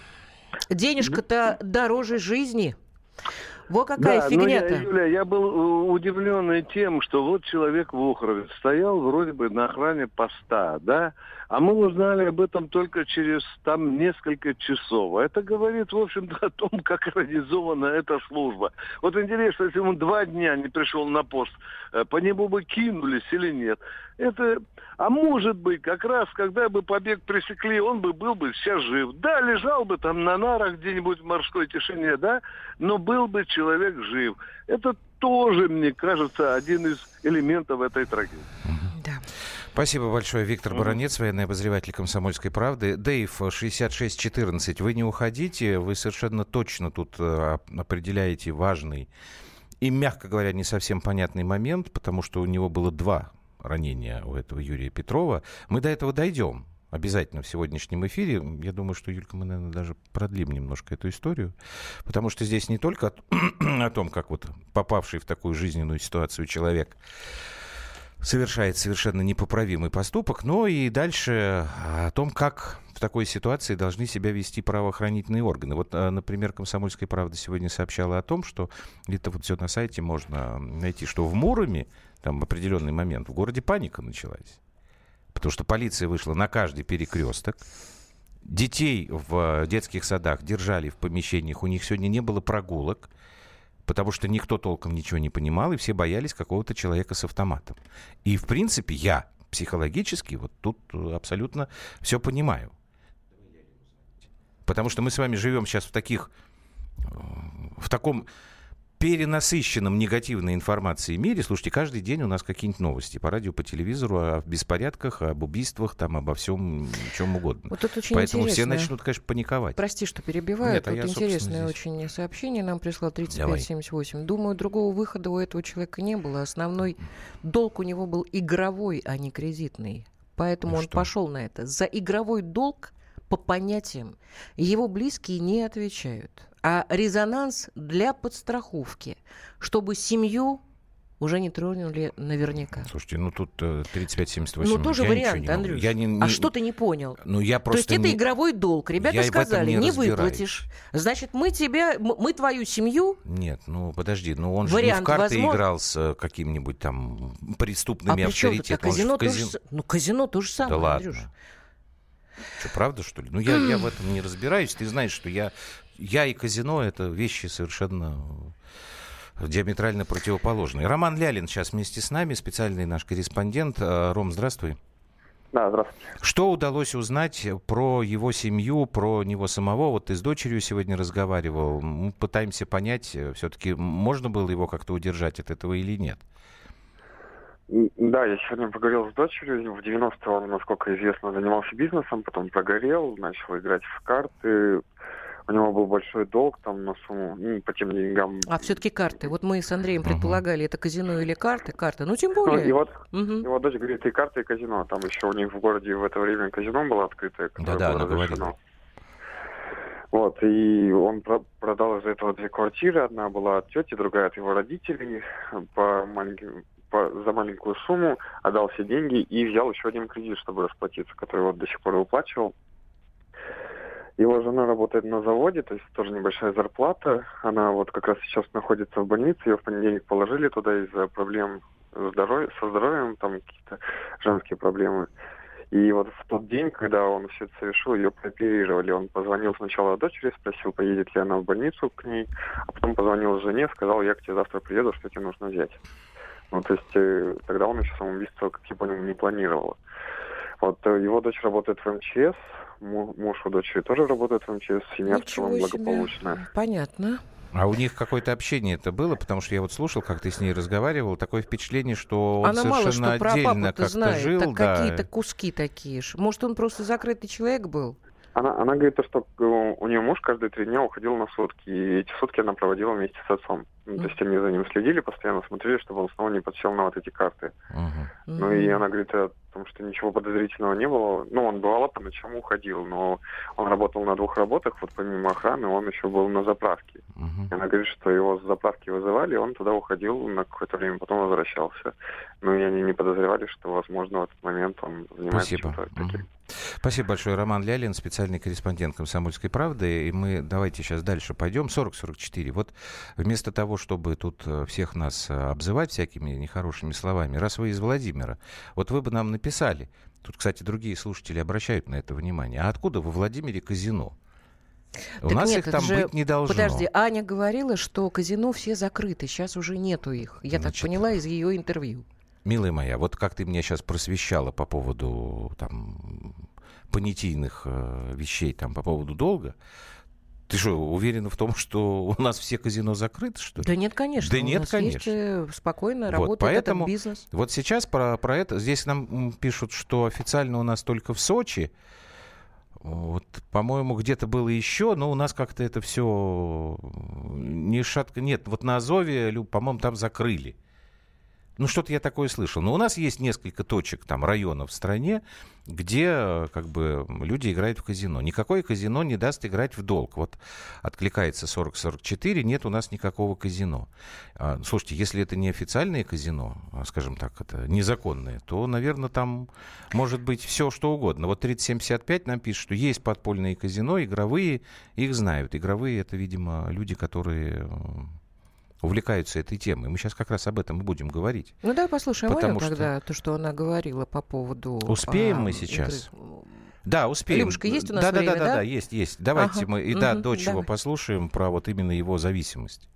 денежка-то дороже жизни. Вот какая фигня-то. Юля, я был удивлен тем, что вот человек в Охрове стоял вроде бы на охране поста, да? А мы узнали об этом только через там несколько часов. А это говорит, в общем-то, о том, как организована эта служба. Вот интересно, если он 2 дня не пришел на пост, по нему бы кинулись или нет. А может быть, как раз, когда бы побег пресекли, он был бы сейчас жив. Да, лежал бы там на нарах где-нибудь в морской тишине, да, но был бы человек жив. Это тоже, мне кажется, один из элементов этой трагедии. Да. Спасибо большое. Виктор Баранец, военный обозреватель «Комсомольской правды». Дэйв, 6614. Вы не уходите, вы совершенно точно тут определяете важный и, мягко говоря, не совсем понятный момент, потому что у него было 2 ранения у этого Юрия Петрова. Мы до этого дойдем обязательно в сегодняшнем эфире. Я думаю, что, Юлька, мы, наверное, даже продлим немножко эту историю, потому что здесь не только о том, как вот попавший в такую жизненную ситуацию человек совершает совершенно непоправимый поступок, но и дальше о том, как в такой ситуации должны себя вести правоохранительные органы. Вот, например, «Комсомольская правда» сегодня сообщала о том, что это вот все на сайте можно найти, что в Муроме там в определенный момент в городе паника началась. Потому что полиция вышла на каждый перекресток. Детей в детских садах держали в помещениях. У них сегодня не было прогулок, потому что никто толком ничего не понимал, и все боялись какого-то человека с автоматом. И, в принципе, я психологически вот тут абсолютно все понимаю. Потому что мы с вами живем сейчас в таком перенасыщенном негативной информацией мире. Слушайте, каждый день у нас какие-нибудь новости по радио, по телевизору о беспорядках, об убийствах, там, обо всем, чем угодно. Вот это очень Поэтому интересно. все начнут, конечно, паниковать. Прости, что перебиваю. Нет, тут интересное очень сообщение нам прислал 3578. Думаю, другого выхода у этого человека не было. Основной долг у него был игровой, а не кредитный. Поэтому он пошел на это. За игровой долг, по понятиям, его близкие не отвечают. А резонанс для подстраховки, чтобы семью уже не тронули наверняка. Слушайте, тут 35-78. Тоже вариант, Андрюш. А что ты не понял? Я просто То есть это игровой долг. Ребята сказали, не выплатишь. Значит, мы твою семью... Нет, подожди, он же не в карты играл с какими-нибудь там преступными авторитетами. Казино то же самое, да Андрюш. Ладно. Что, правда, что ли? Я в этом не разбираюсь. Ты знаешь, что я и казино — это вещи совершенно диаметрально противоположные. Роман Лялин сейчас вместе с нами, специальный наш корреспондент. Ром, здравствуй. Да, здравствуйте. Что удалось узнать про его семью, про него самого? Вот ты с дочерью сегодня разговаривал. Мы пытаемся понять, все-таки можно было его как-то удержать от этого или нет? Да, я сегодня поговорил с дочерью. В 90-е он, насколько известно, занимался бизнесом, потом прогорел, начал играть в карты. У него был большой долг там на сумму, по тем деньгам. А все-таки карты. Вот мы с Андреем предполагали, это казино или карты? Карты. Тем более. И вот его дочь говорит, и карты, и казино. Там еще у них в городе в это время казино было открытое, которое было разрешено. Вот, и он продал из-за этого 2 квартиры. Одна была от тети, другая от его родителей за маленькую сумму, отдал все деньги и взял еще 1 кредит, чтобы расплатиться, который до сих пор выплачивал. Его жена работает на заводе, то есть тоже небольшая зарплата. Она как раз сейчас находится в больнице, ее в понедельник положили туда из-за проблем со здоровьем, там какие-то женские проблемы. И в тот день, когда он все это совершил, ее прооперировали. Он позвонил сначала дочери, спросил, поедет ли она в больницу к ней, а потом позвонил жене, сказал, я к тебе завтра приеду, что тебе нужно взять. То есть тогда он еще самоубийство, как я понял, не планировал. Его дочь работает в МЧС, муж у дочери тоже работает в МЧС, семья в целом благополучная. Понятно. А у них какое-то общение это было? Потому что я вот слушал, как ты с ней разговаривал, такое впечатление, что он совершенно отдельно как-то знает, жил. Так какие-то куски такие же. Может, он просто закрытый человек был? Она говорит, что у нее муж каждые 3 дня уходил на сутки, и эти сутки она проводила вместе с отцом. То есть они за ним следили, постоянно смотрели, чтобы он снова не подсел на вот эти карты. Ну и она говорит о том, что ничего подозрительного не было. Ну, он бывало по ночам уходил, но он работал на 2 работах, вот помимо охраны он еще был на заправке. Она говорит, что его с заправки вызывали, он туда уходил на какое-то время, потом возвращался. Ну и они не подозревали, что, возможно, в этот момент он занимается чем-то таким. Спасибо большое. Роман Лялин, специальный корреспондент «Комсомольской правды». И мы давайте сейчас дальше пойдем. 40-44. Вот вместо того, чтобы тут всех нас обзывать всякими нехорошими словами, раз вы из Владимира, вот вы бы нам написали. Тут, кстати, другие слушатели обращают на это внимание. А откуда во Владимире казино? У нас их там быть не должно. Подожди, Аня говорила, что казино все закрыты. Сейчас уже нету их. Я так поняла из ее интервью. Милая моя, вот как ты меня сейчас просвещала по поводу там понятийных вещей, там по поводу долга, ты что, уверена в том, что у нас все казино закрыты, что ли? Да нет, конечно. Да нет, конечно. Есть спокойно работает вот, поэтому этот бизнес. Вот сейчас про это, здесь нам пишут, что официально у нас только в Сочи. Вот, по-моему, где-то было еще, но у нас как-то это все не шатко. Нет, вот на Азове, по-моему, там закрыли. Ну, что-то я такое слышал. Но у нас есть несколько точек, там, районов в стране, где, как бы, люди играют в казино. Никакое казино не даст играть в долг. Вот откликается 40-44, нет у нас никакого казино. Слушайте, если это не официальное казино, скажем так, это незаконное, то, наверное, там может быть все, что угодно. Вот 3075 нам пишет, что есть подпольные казино, игровые, их знают. Игровые — это, видимо, люди, которые увлекаются этой темой. Мы сейчас как раз об этом и будем говорить. Ну да, послушаем Аню тогда, то, что она говорила по поводу... Успеем мы сейчас? Да, успеем. Любушка, есть у нас время, да? Да, есть. Давайте мы до чего послушаем про вот именно его зависимость.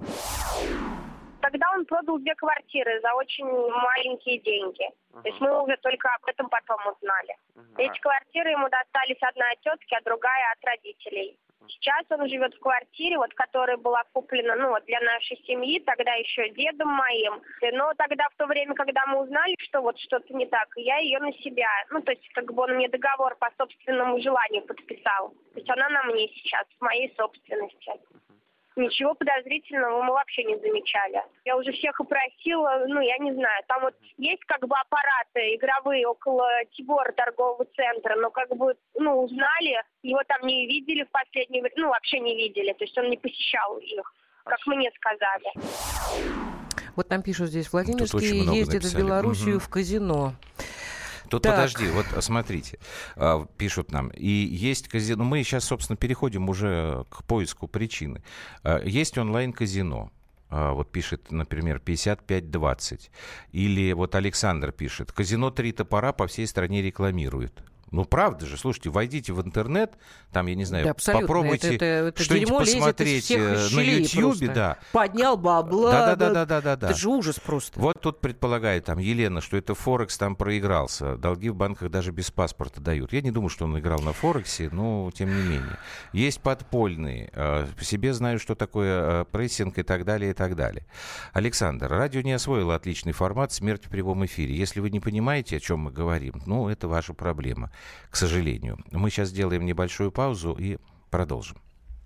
Тогда он продал 2 квартиры за очень маленькие деньги. То есть мы уже только об этом потом узнали. Эти квартиры ему достались, одна от тетки, а другая от родителей. Сейчас он живет в квартире, вот, которая была куплена, для нашей семьи, тогда еще дедом моим. Но тогда, в то время, когда мы узнали, что вот что-то не так, я ее на себя, то есть, как бы он мне договор по собственному желанию подписал. То есть она на мне сейчас, в моей собственности. Ничего подозрительного мы вообще не замечали. Я уже всех опросила, я не знаю, там вот есть как бы аппараты игровые около Тибора торгового центра, но как бы, узнали, его там не видели в последнее время, вообще не видели, то есть он не посещал их, как мне сказали. Вот нам пишут здесь, Владимирский ездит в Белоруссию в казино. Тут подожди, вот смотрите, пишут нам, и есть казино, мы сейчас, собственно, переходим уже к поиску причины. Есть онлайн-казино, вот пишет, например, 5520, или вот Александр пишет, казино «Три топора» по всей стране рекламирует. Ну, правда же, слушайте, войдите в интернет, там, я не знаю, попробуйте это что-нибудь посмотреть на Ютьюбе, да. Поднял бабла. Да. Это же ужас просто. Вот тут предполагает там Елена, что это Форекс там проигрался. Долги в банках даже без паспорта дают. Я не думаю, что он играл на Форексе, но тем не менее. Есть подпольные. По себе знаю, что такое прессинг и так далее, и так далее. Александр, радио не освоило отличный формат «Смерть в прямом эфире». Если вы не понимаете, о чем мы говорим, это ваша проблема. К сожалению. Мы сейчас сделаем небольшую паузу и продолжим.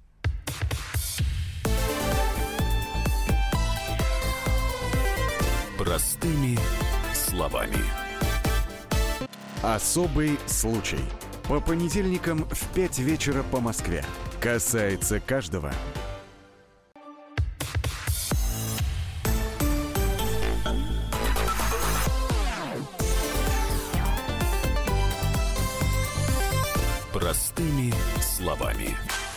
Простыми словами. Особый случай. По понедельникам в 5 вечера по Москве. Касается каждого. Простыми словами.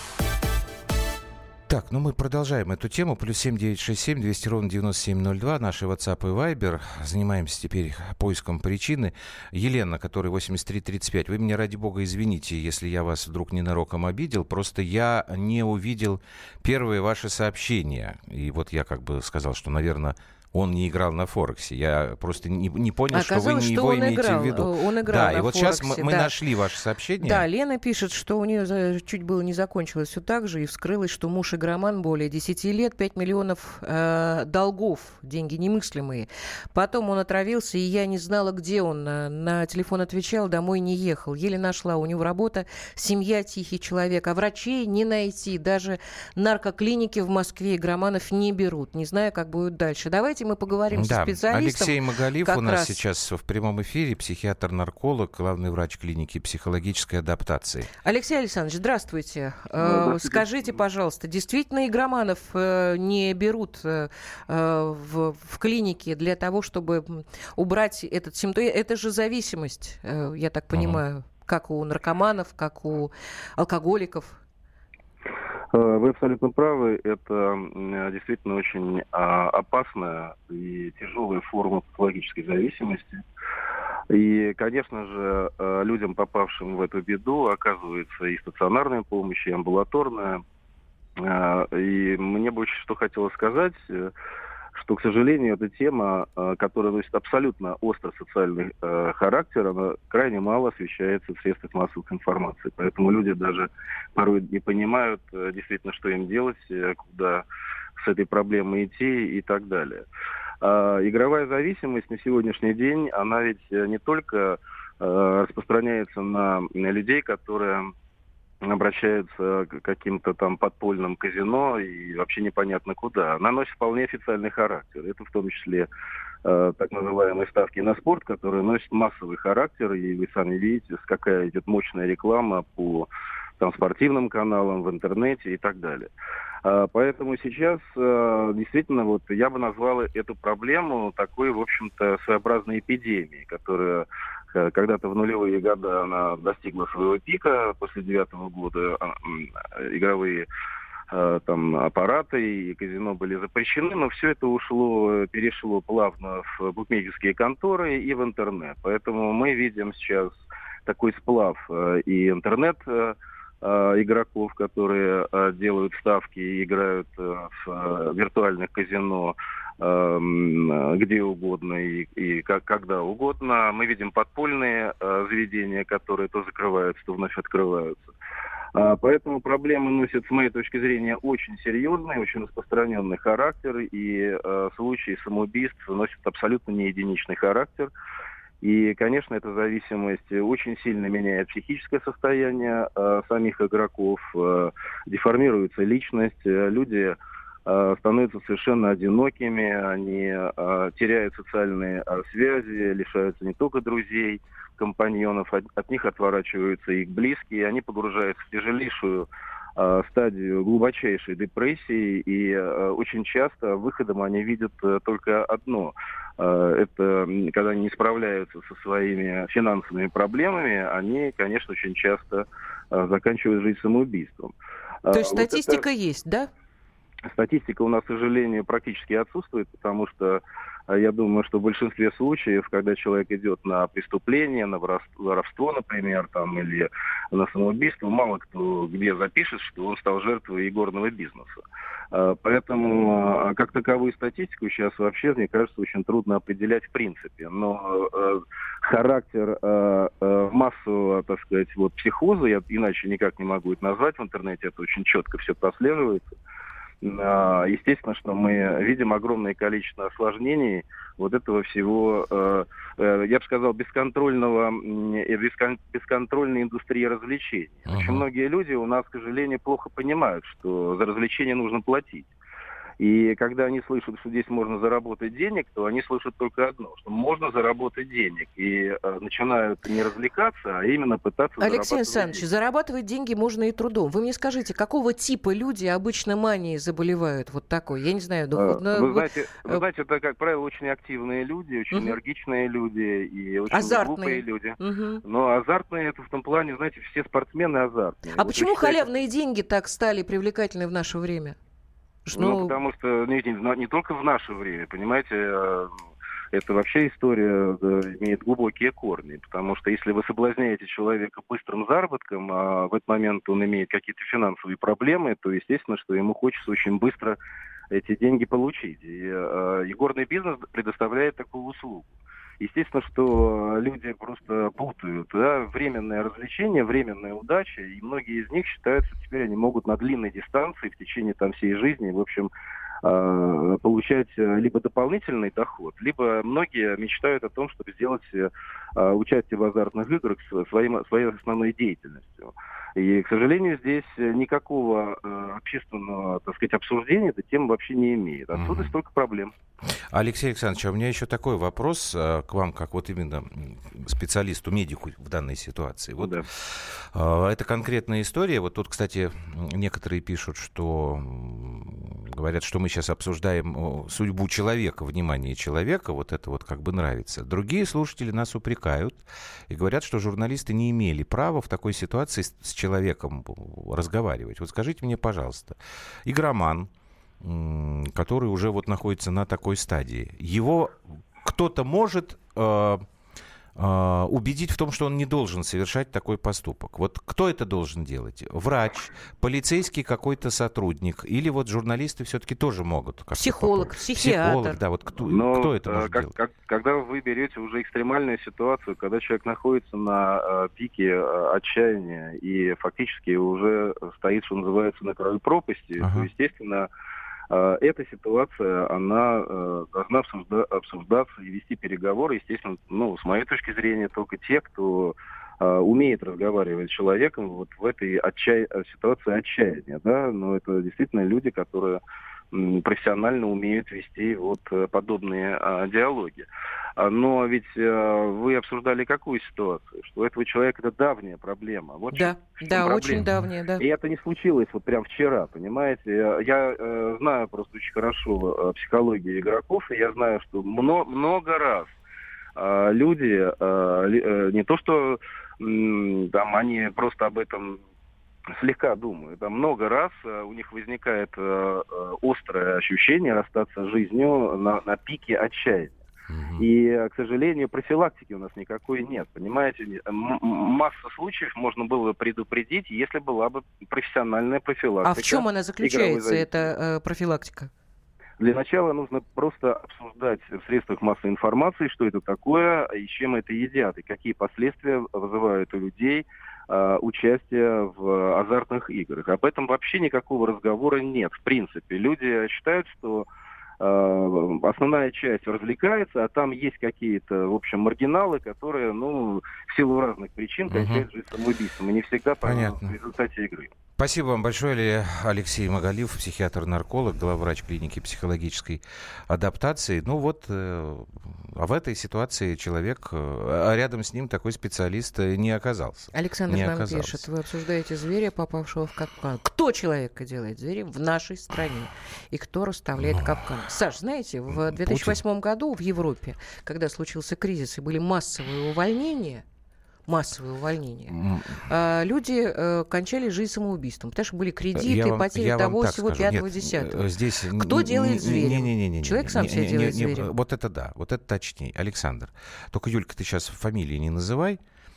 Так, мы продолжаем эту тему. +7 967 200 ровно 9702. Наши WhatsApp и Viber. Занимаемся теперь поиском причины. Елена, которая 8335. Вы меня, ради бога, извините, если я вас вдруг ненароком обидел. Просто я не увидел первые ваши сообщения. И вот я как бы сказал, что, наверное, Он не играл на Форексе. Я просто не понял, что вы не что его имеете играл. в виду. Он играл да, на и вот Форексе, сейчас мы нашли ваше сообщение. Да, Лена пишет, что у нее чуть было не закончилось все так же, и вскрылось, что муж игроман более 10 лет, 5 миллионов долгов, деньги немыслимые. Потом он отравился, и я не знала, где он. На телефон отвечал, домой не ехал. Еле нашла. У него работа, семья, тихий человек. А врачей не найти. Даже наркоклиники в Москве игроманов не берут. Не знаю, как будет дальше. Давайте мы поговорим со специалистом. Алексей Магалиев у нас раз... сейчас в прямом эфире, психиатр-нарколог, главный врач клиники психологической адаптации. Алексей Александрович, здравствуйте. Скажите, пожалуйста, действительно игроманов не берут в клинике для того, чтобы убрать этот симптом? Это же зависимость, я так понимаю, как у наркоманов, как у алкоголиков. Вы абсолютно правы. Это действительно очень опасная и тяжелая форма патологической зависимости. И, конечно же, людям, попавшим в эту беду, оказывается и стационарная помощь, и амбулаторная. И мне бы очень что хотелось сказать, что, к сожалению, эта тема, которая носит абсолютно острый социальный характер, она крайне мало освещается в средствах массовой информации. Поэтому люди даже порой не понимают действительно, что им делать, куда с этой проблемой идти и так далее. Игровая зависимость на сегодняшний день, она ведь не только распространяется на людей, которые обращаются к каким-то там подпольным казино и вообще непонятно куда. Она носит вполне официальный характер. Это в том числе так называемые ставки на спорт, которые носят массовый характер. И вы сами видите, какая идет мощная реклама по там, спортивным каналам, в интернете и так далее. Поэтому сейчас действительно вот я бы назвал эту проблему такой, в общем-то, своеобразной эпидемией, которая когда-то в нулевые годы она достигла своего пика. После 2009 года игровые там аппараты и казино были запрещены, но все это перешло плавно в букмекерские конторы и в интернет. Поэтому мы видим сейчас такой сплав и интернет игроков, которые делают ставки и играют в виртуальных казино где угодно и когда угодно. Мы видим подпольные заведения, которые то закрываются, то вновь открываются. Поэтому проблема носит, с моей точки зрения, очень серьезный, очень распространенный характер, и случаи самоубийств носят абсолютно не единичный характер. И, конечно, эта зависимость очень сильно меняет психическое состояние самих игроков, деформируется личность, люди становятся совершенно одинокими, они теряют социальные связи, лишаются не только друзей, компаньонов, от них отворачиваются их близкие, они погружаются в тяжелейшую стадию глубочайшей депрессии, и очень часто выходом они видят только одно. Это когда они не справляются со своими финансовыми проблемами, они, конечно, очень часто заканчивают жизнь самоубийством. То есть статистика есть, да? Статистика у нас, к сожалению, практически отсутствует, потому что я думаю, что в большинстве случаев, когда человек идет на преступление, на воровство, например, там, или на самоубийство, мало кто где запишет, что он стал жертвой игорного бизнеса. Поэтому как таковую статистику сейчас вообще, мне кажется, очень трудно определять в принципе. Но характер массового, так сказать, вот, психоза, я иначе никак не могу это назвать, в интернете это очень четко все прослеживается. Естественно, что мы видим огромное количество осложнений вот этого всего, я бы сказал, бесконтрольной индустрии развлечений. Очень многие люди у нас, к сожалению, плохо понимают, что за развлечения нужно платить. И когда они слышат, что здесь можно заработать денег, то они слышат только одно, что можно заработать денег. И начинают не развлекаться, а именно пытаться Алексей зарабатывать Александрович, деньги. зарабатывать деньги можно и трудом. Вы мне скажите, какого типа люди обычно манией заболевают? Вот такой, я не знаю. Вы знаете, это, как правило, очень активные люди, очень энергичные люди и очень глупые люди. Но азартные, это в том плане, знаете, все спортсмены азартные. А почему халявные деньги так стали привлекательны в наше время? Потому что не только в наше время, понимаете, это вообще история имеет глубокие корни. Потому что если вы соблазняете человека быстрым заработком, а в этот момент он имеет какие-то финансовые проблемы, то естественно, что ему хочется очень быстро эти деньги получить. И игорный бизнес предоставляет такую услугу. Естественно, что люди просто путают, да, временное развлечение, временная удача, и многие из них считают, что теперь они могут на длинной дистанции в течение там всей жизни, в общем, получать либо дополнительный доход, либо многие мечтают о том, чтобы сделать участие в азартных играх своей основной деятельностью. И, к сожалению, здесь никакого общественного, так сказать, обсуждения эта тема вообще не имеет. Отсюда столько проблем. Алексей Александрович, а у меня еще такой вопрос к вам, как вот именно специалисту, медику в данной ситуации. Вот это конкретная история. Вот тут, кстати, некоторые пишут, что говорят, что мы сейчас обсуждаем судьбу человека, внимание человека, вот это вот как бы нравится. Другие слушатели нас упрекают и говорят, что журналисты не имели права в такой ситуации с человеком разговаривать. Вот скажите мне, пожалуйста, игроман, который уже вот находится на такой стадии, его кто-то может убедить в том, что он не должен совершать такой поступок. Вот кто это должен делать? Врач, полицейский какой-то сотрудник, или вот журналисты все-таки тоже могут? Психолог, психиатр. Психолог, да, вот кто это может делать? Когда вы берете уже экстремальную ситуацию, когда человек находится на пике отчаяния и фактически уже стоит, что называется, на краю пропасти, то, естественно, эта ситуация, она должна обсуждаться и вести переговоры. Естественно, с моей точки зрения, только те, кто умеет разговаривать с человеком вот в этой ситуации отчаяния. Да? Но это действительно люди, которые профессионально умеют вести вот подобные диалоги. Но ведь вы обсуждали какую ситуацию? Что у этого человека это давняя проблема. Вот да, проблема. Очень давняя, да. И это не случилось вот прям вчера, понимаете? Я знаю просто очень хорошо психологию игроков, и я знаю, что много раз люди, не то что там они просто об этом слегка думают, а много раз у них возникает острое ощущение расстаться с жизнью на пике отчаяния. И, к сожалению, профилактики у нас никакой нет, понимаете? Масса случаев можно было предупредить, если была бы профессиональная профилактика. А в чем она заключается, эта профилактика? Для начала нужно просто обсуждать в средствах массовой информации, что это такое, и чем это едят, и какие последствия вызывают у людей участие в азартных играх. Об этом вообще никакого разговора нет, в принципе. Люди считают, что основная часть развлекается, а там есть какие-то, в общем, маргиналы, которые, в силу разных причин кончают жизнь самоубийством, и не всегда в результате игры. Спасибо вам большое, Алексей Магалиев, психиатр-нарколог, главврач клиники психологической адаптации. А в этой ситуации человек, а рядом с ним такой специалист не оказался. Александр нам пишет, вы обсуждаете зверя, попавшего в капкан. Кто человека делает зверем в нашей стране? И кто расставляет капкан? Саш, знаете, в 2008 году в Европе, когда случился кризис и были массовые увольнения, люди кончали жизнь самоубийством, потому что были кредиты, потери того, всего, 5-10. Здесь кто делает зверем? Человек сам себя делает зверем. Вот это да, вот это точнее. Александр, только, Юлька, ты сейчас фамилии не называй.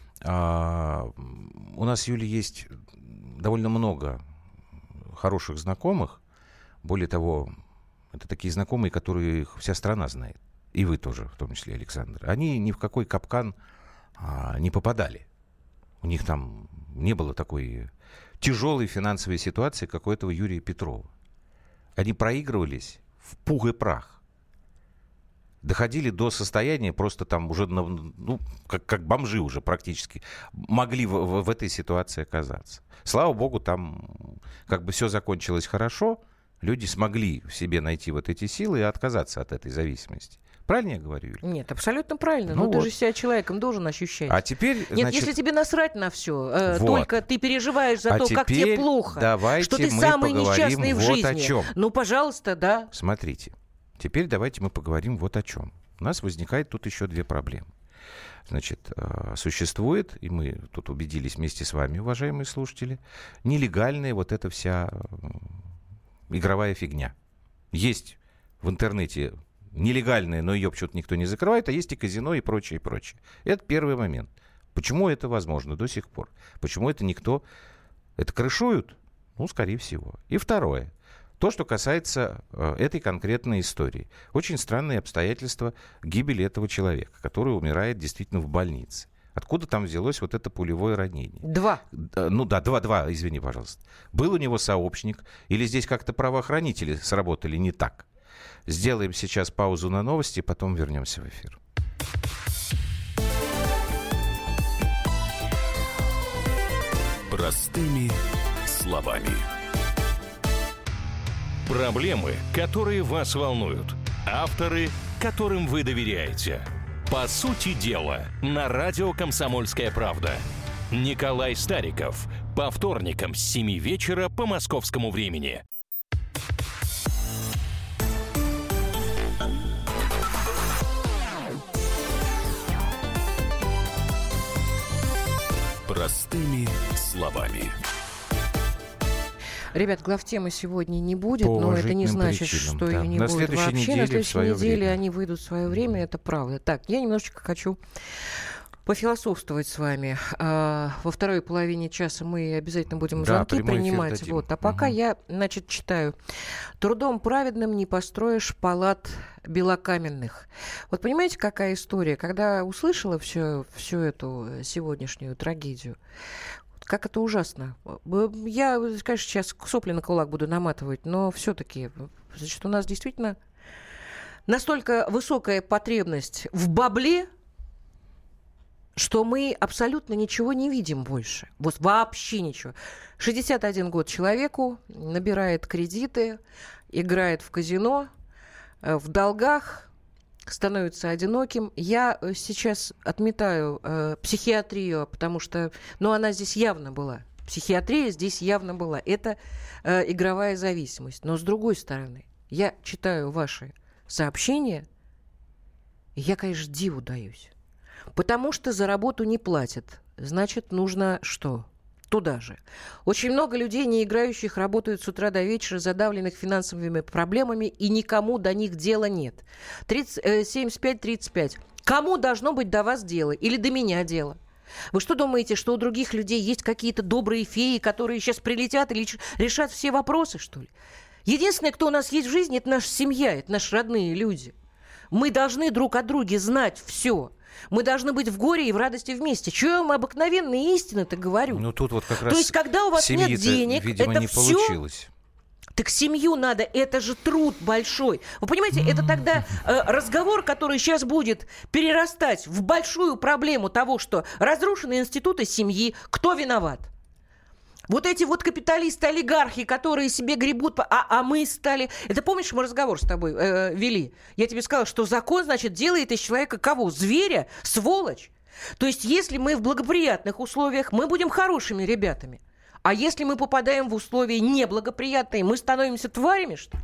У нас, Юля, есть довольно много хороших знакомых. Более того, это такие знакомые, которые вся страна знает. И вы тоже, в том числе, Александр. Они ни в какой капкан не попадали. У них там не было такой тяжелой финансовой ситуации, как у этого Юрия Петрова. Они проигрывались в пух и прах. Доходили до состояния просто там уже, как бомжи уже практически, могли в этой ситуации оказаться. Слава богу, там как бы все закончилось хорошо. Люди смогли в себе найти вот эти силы и отказаться от этой зависимости. Правильно я говорю, Юлия? Нет, абсолютно правильно. Но ты же себя человеком должен ощущать. А теперь, Нет, если тебе насрать на все, только ты переживаешь за то, как тебе плохо, что ты самый несчастный в жизни. О чем. Пожалуйста, да. Смотрите, теперь давайте мы поговорим вот о чем. У нас возникает тут еще две проблемы. Значит, существует, и мы тут убедились вместе с вами, уважаемые слушатели, нелегальная вот эта вся игровая фигня. Есть в интернете нелегальная, но ее почему-то никто не закрывает, а есть и казино, и прочее, и прочее. Это первый момент. Почему это возможно до сих пор? Почему это никто... Это крышуют? Скорее всего. И второе. То, что касается этой конкретной истории. Очень странные обстоятельства гибели этого человека, который умирает действительно в больнице. Откуда там взялось вот это пулевое ранение? 2. Два, извини, пожалуйста. Был у него сообщник, или здесь как-то правоохранители сработали не так? Сделаем сейчас паузу на новости, потом вернемся в эфир. Простыми словами. Проблемы, которые вас волнуют. Авторы, которым вы доверяете. По сути дела, на радио «Комсомольская правда». Николай Стариков. По вторникам с 7 вечера по московскому времени. Простыми словами. Ребят, главтемы сегодня не будет, но это не значит, причинам, что ее не на будет вообще. На следующей неделе время. они выйдут в свое время, это правда. Так, я немножечко хочу пофилософствовать с вами. Во второй половине часа мы обязательно будем звонки принимать. Вот. А пока я, читаю. «Трудом праведным не построишь палат белокаменных». Вот понимаете, какая история? Когда услышала всю эту сегодняшнюю трагедию, как это ужасно. Я, конечно, сейчас сопли на кулак буду наматывать, но все-таки, значит, у нас действительно настолько высокая потребность в бабле, что мы абсолютно ничего не видим больше. Вот вообще ничего. 61 год человеку, набирает кредиты, играет в казино, в долгах, становится одиноким. Я сейчас отметаю психиатрию, потому что, она здесь явно была. Психиатрия здесь явно была. Это игровая зависимость. Но с другой стороны, я читаю ваши сообщения, и я, конечно, диву даюсь. Потому что за работу не платят. Значит, нужно что? Туда же. Очень много людей, не играющих, работают с утра до вечера, задавленных финансовыми проблемами, и никому до них дела нет. 75-35. Кому должно быть до вас дело? Или до меня дело? Вы что думаете, что у других людей есть какие-то добрые феи, которые сейчас прилетят и решат все вопросы, что ли? Единственное, кто у нас есть в жизни, это наша семья, это наши родные люди. Мы должны друг о друге знать все. Мы должны быть в горе и в радости вместе. Чего я вам обыкновенные истины-то говорю? Тут вот как раз то есть, когда у вас нет денег, видимо, это не все... получилось. Так семью надо, это же труд большой. Вы понимаете, это тогда разговор, который сейчас будет перерастать в большую проблему того, что разрушены институты семьи. Кто виноват? Вот эти вот капиталисты-олигархи, которые себе гребут, а мы стали... Это помнишь, мы разговор с тобой вели? Я тебе сказала, что закон, значит, делает из человека кого? Зверя? Сволочь? То есть, если мы в благоприятных условиях, мы будем хорошими ребятами. А если мы попадаем в условия неблагоприятные, мы становимся тварями, что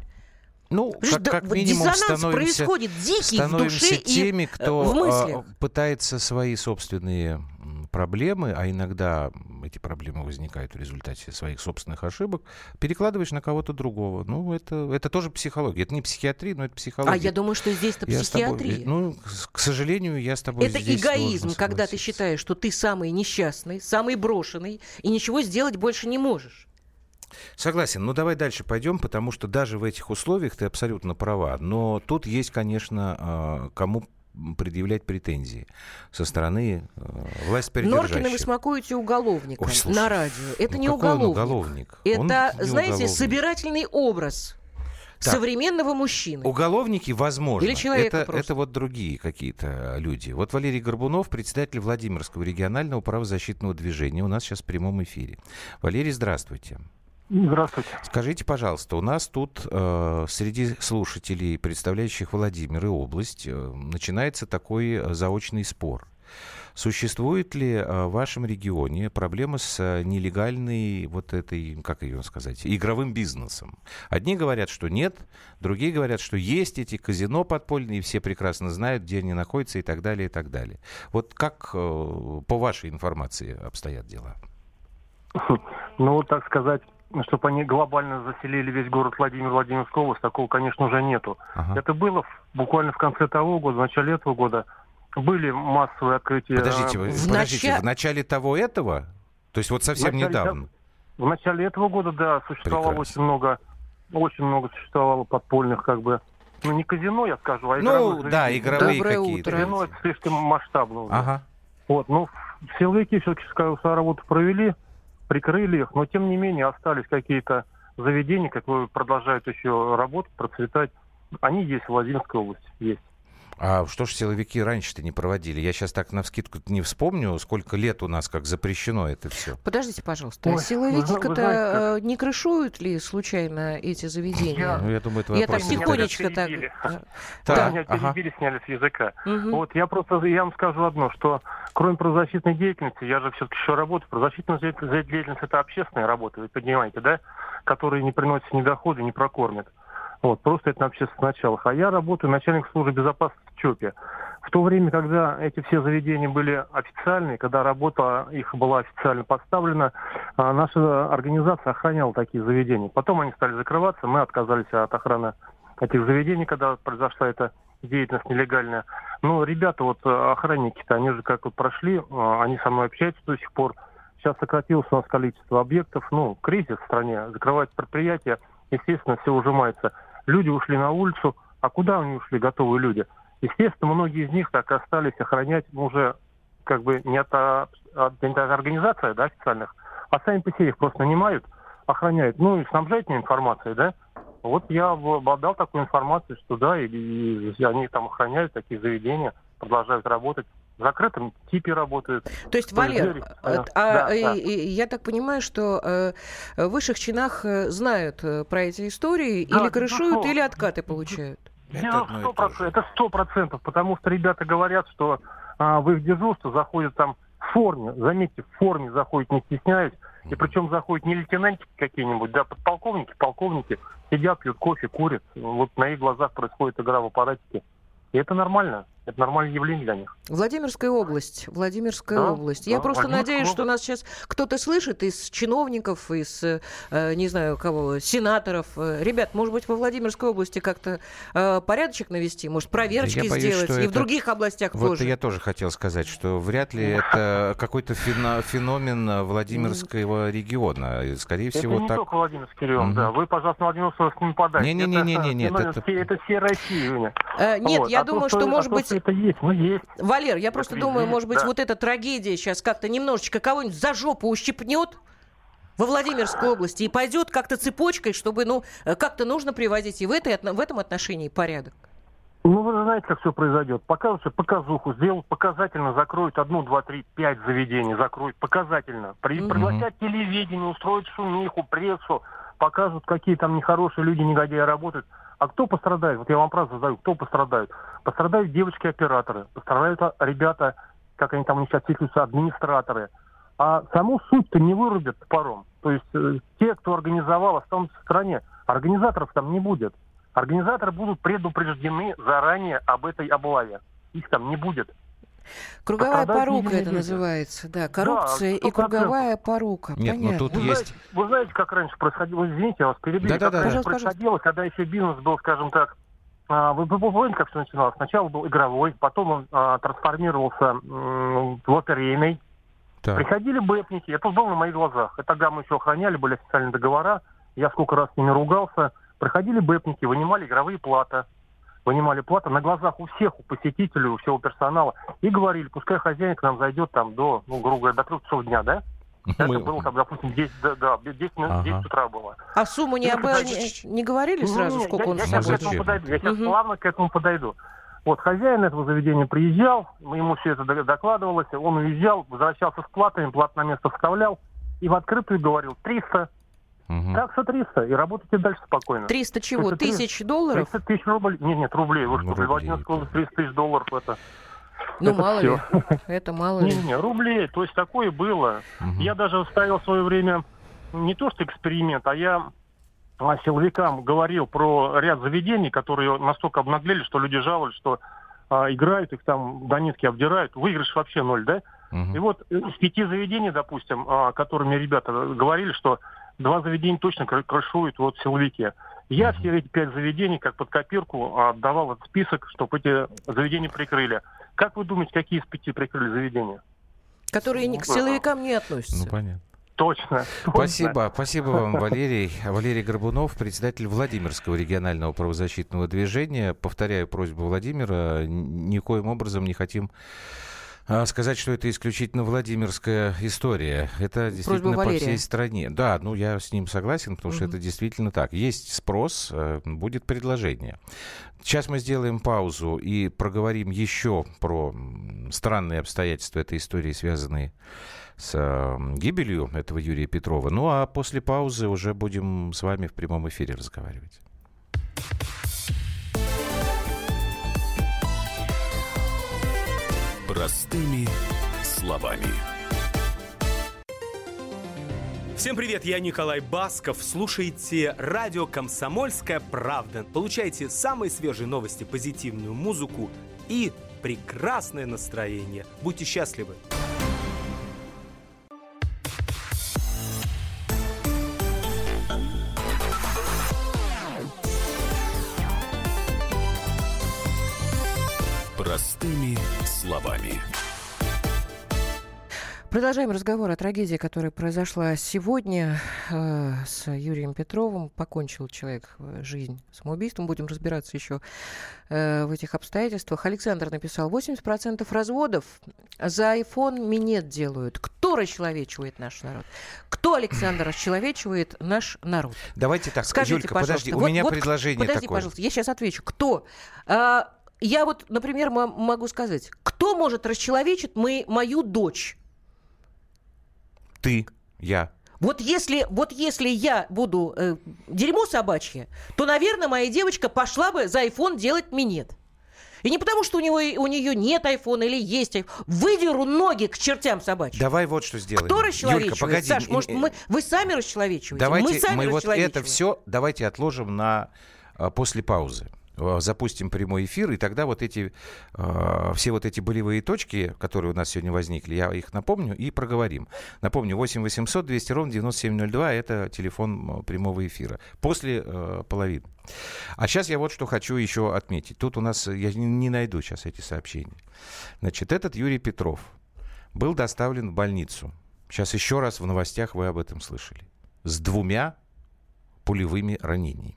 ли? Как минимум диссонанс происходит дикий в душе теми, и кто в мыслях. Пытается свои собственные проблемы, а иногда эти проблемы возникают в результате своих собственных ошибок, перекладываешь на кого-то другого. Это тоже психология. Это не психиатрия, но это психология. А я думаю, что здесь-то психиатрия. К сожалению, я с тобой здесь это эгоизм, когда ты считаешь, что ты самый несчастный, самый брошенный, и ничего сделать больше не можешь. Согласен. Давай дальше пойдем, потому что даже в этих условиях ты абсолютно права. Но тут есть, конечно, кому предъявлять претензии со стороны властьпридержащих. Норкина вы смакуете уголовника на радио. Это не уголовник. Это, знаете, собирательный образ современного мужчины. Уголовники, возможно. Или человека это вот другие какие-то люди. Вот Валерий Горбунов, председатель Владимирского регионального правозащитного движения, у нас сейчас в прямом эфире. Валерий, здравствуйте. Здравствуйте. Скажите, пожалуйста, у нас тут среди слушателей, представляющих Владимир и область, начинается такой заочный спор. Существует ли в вашем регионе проблема с нелегальной игровым бизнесом? Одни говорят, что нет, другие говорят, что есть эти казино подпольные, и все прекрасно знают, где они находятся и так далее, и так далее. Вот как по вашей информации обстоят дела? Так сказать, чтобы они глобально заселили весь город Владимирскую область, такого, конечно, уже нету. Ага. Это было буквально в конце того года, в начале этого года. Были массовые открытия. Подождите, в начале этого? То есть вот совсем недавно? В начале этого года, да, существовало очень много очень много существовало подпольных, как бы, ну, не казино, я скажу, а игровые. Ну, да, игровые какие-то. Казино — это слишком масштабно уже. Ага. Вот, ну, силовики все-таки свою работу провели, прикрыли их, но, тем не менее, остались какие-то заведения, которые продолжают еще работать, процветать. Они есть в Владимирской области, есть. А что ж силовики раньше-то не проводили? Я сейчас так навскидку не вспомню, сколько лет у нас как запрещено это все. Подождите, пожалуйста, силовики-то не крышуют ли случайно эти заведения? Я думаю, это вопрос. Я так тихонечко так... Да, меня перебили, сняли с языка. Вот, я вам скажу одно, что кроме правозащитной деятельности, я же все-таки еще работаю, правозащитная деятельность — это общественная работа, вы понимаете, да, которая не приносит ни дохода, ни прокормит. Вот, просто это на общественных началах. А я работаю начальником службы безопасности в ЧОПе. В то время, когда эти все заведения были официальные, когда работа их была официально поставлена, наша организация охраняла такие заведения. Потом они стали закрываться, мы отказались от охраны этих заведений, когда произошла эта деятельность нелегальная. Но ребята, вот охранники-то, они же как вот прошли, они со мной общаются до сих пор. Сейчас сократилось у нас количество объектов, ну, кризис в стране, закрываются предприятия, естественно, все ужимается. Люди ушли на улицу. А куда они ушли, готовые люди? Естественно, многие из них так и остались охранять уже как бы не от организации, да, официальных, а сами по себе их просто нанимают, охраняют. Ну и снабжают мне информацией, да. Вот я отдал такую информацию, что да, и они там охраняют такие заведения, продолжают работать. В закрытом типе работают. То есть, Валер, я так понимаю, что в высших чинах знают про эти истории, да, или крышуют, или откаты получают? Это 100%, потому что ребята говорят, что в их дежурство заходят там в форме, заметьте, в форме заходят, не стесняясь, и причем заходят не лейтенантики какие-нибудь, да, подполковники, полковники, сидят, пьют кофе, курят, вот на их глазах происходит игра в аппаратике. И это нормально. Это нормальное явление для них. Владимирская область. Я просто надеюсь, что нас сейчас кто-то слышит из чиновников, из, не знаю кого, сенаторов. Ребят, может быть, во Владимирской области как-то порядочек навести, может, проверочки сделать, и в других областях тоже. Вот я тоже хотел сказать, что вряд ли это какой-то феномен Владимирского региона. Скорее всего, это не только Владимирский регион, да. Вы, пожалуйста, на Владимирскую область не подайте. Нет. Это всей России. Нет, я думаю, что, может быть... Это есть, есть. Валер, я просто думаю, может быть, вот эта трагедия сейчас как-то немножечко кого-нибудь за жопу ущипнет во Владимирской области и пойдет как-то цепочкой, чтобы, как-то нужно приводить и в этом отношении порядок. Ну, вы знаете, как все произойдет. Покажут показуху, сделают показательно, закроют 1, 2, 3, 5 заведений, закроют показательно. Пригласят телевидение, устроят шумиху, прессу, покажут, какие там нехорошие люди, негодяи работают. А кто пострадает? Вот я вам правда задаю, кто пострадает? Пострадают девочки-операторы, пострадают ребята, как они там у них сейчас числятся, администраторы. А саму суть-то не вырубят топором. То есть те, кто организовал, останутся в стране. Организаторов там не будет. Организаторы будут предупреждены заранее об этой облаве. Их там не будет. Круговая порука это называется, да, коррупция и круговая порука. Нет, понятно. Тут есть... Вы знаете, как раньше происходило, извините, я вас перебью, раньше происходило, когда еще бизнес был, скажем так, вы помните, как все начиналось? Сначала был игровой, потом он трансформировался в лотерейный. Так. Приходили бэпники, это было на моих глазах. И тогда мы еще охраняли, были официальные договора, я сколько раз с ними ругался. Приходили бэпники, вынимали игровые платы. Вынимали плату на глазах у всех, у посетителей, у всего персонала. И говорили, пускай хозяин к нам зайдет там до, грубо говоря, до 3 часов дня, да? Это было там, допустим, 10 утра было. А сумму не говорили сразу, сколько он сработает? Я сейчас плавно к этому подойду. Вот, хозяин этого заведения приезжал, ему все это докладывалось, он уезжал, возвращался с платами, плату на место вставлял и в открытую говорил 300. Так, что 300, и работайте дальше спокойно. 300 чего? $1000? 300 тысяч рублей. Нет, рублей. Вы что, при Владимирской области 300 тысяч долларов это... Ну, это мало все. Ли. Это мало ли. Не, рублей. То есть такое было. Я даже ставил в свое время не то что эксперимент, а я силовикам говорил про ряд заведений, которые настолько обнаглели, что люди жаловались, что играют, их там до нитки обдирают. Выигрыш вообще 0, да? И вот из 5 заведений, допустим, которыми ребята говорили, что 2 заведения точно крышуют вот силовики. Я все эти 5 заведений, как под копирку, отдавал этот список, чтобы эти заведения прикрыли. Как вы думаете, какие из 5 прикрыли заведения? Которые к силовикам не относятся. Ну, понятно. Точно. Спасибо вам, Валерий. Валерий Горбунов, председатель Владимирского регионального правозащитного движения. Повторяю просьбу Владимира, никоим образом не хотим сказать, что это исключительно владимирская история. Это действительно по всей стране. Да, я с ним согласен, потому что это действительно так. Есть спрос, будет предложение. Сейчас мы сделаем паузу и проговорим еще про странные обстоятельства этой истории, связанные с гибелью этого Юрия Петрова. Ну а после паузы уже будем с вами в прямом эфире разговаривать. Простыми словами. Всем привет, я Николай Басков. Слушайте радио «Комсомольская правда». Получайте самые свежие новости, позитивную музыку и прекрасное настроение. Будьте счастливы. Простыми словами. Продолжаем разговор о трагедии, которая произошла сегодня с Юрием Петровым. Покончил человек жизнь самоубийством. Будем разбираться еще в этих обстоятельствах. Александр написал: 80% разводов за iPhone минет делают. Кто расчеловечивает наш народ? Кто, Александр, расчеловечивает наш народ? Давайте так, скажите, Юлька, подожди, у меня предложение подожди, такое. Пожалуйста, я сейчас отвечу. Кто? Я вот, например, могу сказать, кто может расчеловечить мою дочь? Ты, я. Вот если я буду дерьмо собачье, то, наверное, моя девочка пошла бы за iPhone делать минет. И не потому, что у нее нет айфона или есть айфон. Выдеру ноги к чертям собачьим. Давай вот что сделаем. Кто расчеловечивает? Юлька, погоди. Саш, может, вы сами расчеловечиваете? Давайте мы вот это все давайте отложим на после паузы. Запустим прямой эфир, и тогда вот эти все вот эти болевые точки, которые у нас сегодня возникли, я их напомню и проговорим. Напомню, 8 800 200 ровно 9702 — это телефон прямого эфира. После половины. А сейчас я вот что хочу еще отметить. Тут у нас, я не найду сейчас эти сообщения. Значит, этот Юрий Петров был доставлен в больницу. Сейчас еще раз в новостях вы об этом слышали. С 2 пулевыми ранениями.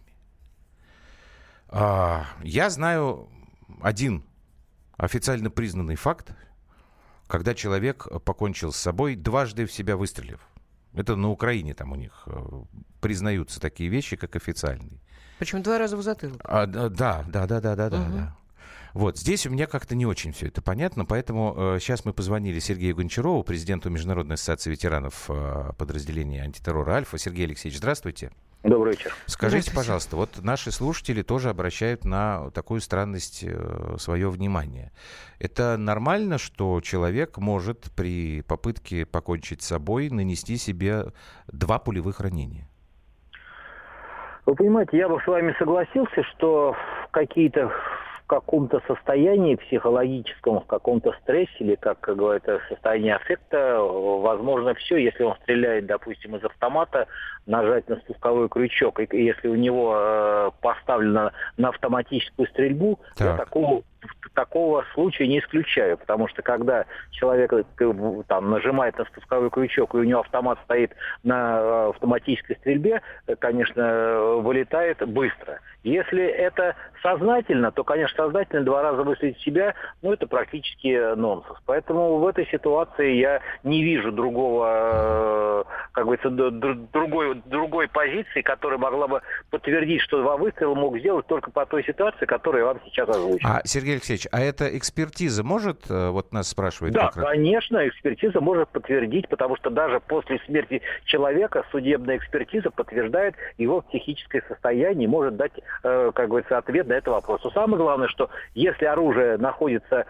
Я знаю один официально признанный факт, когда человек покончил с собой, дважды в себя выстрелив. Это на Украине там у них признаются такие вещи, как официальные. Причем 2 раза в затылок. Да. Вот, здесь у меня как-то не очень все это понятно, поэтому сейчас мы позвонили Сергею Гончарову, президенту Международной ассоциации ветеранов подразделения антитеррора «Альфа». Сергей Алексеевич, здравствуйте. Добрый вечер. Скажите, пожалуйста, вот наши слушатели тоже обращают на такую странность свое внимание. Это нормально, что человек может при попытке покончить с собой нанести себе 2 пулевых ранения? Вы понимаете, я бы с вами согласился, что в каком-то состоянии психологическом, в каком-то стрессе или, как говорится, состоянии аффекта, возможно все. Если он стреляет, допустим, из автомата, нажать на спусковой крючок, и если у него поставлено на автоматическую стрельбу, я такого случая не исключаю, потому что когда человек там нажимает на спусковой крючок, и у него автомат стоит на автоматической стрельбе, конечно, вылетает быстро. Если это сознательно, то, конечно, сознательно 2 раза выстрелить в себя, это практически нонсенс. Поэтому в этой ситуации я не вижу другого, как говорится, другой позиции, которая могла бы подтвердить, что 2 выстрела мог сделать только по той ситуации, которую я вам сейчас озвучил. Сергей Алексеевич, а эта экспертиза может, вот нас спрашивает? Да, конечно, экспертиза может подтвердить, потому что даже после смерти человека судебная экспертиза подтверждает его психическое состояние и может дать, как говорится, ответ на этот вопрос. Но самое главное, что если оружие находится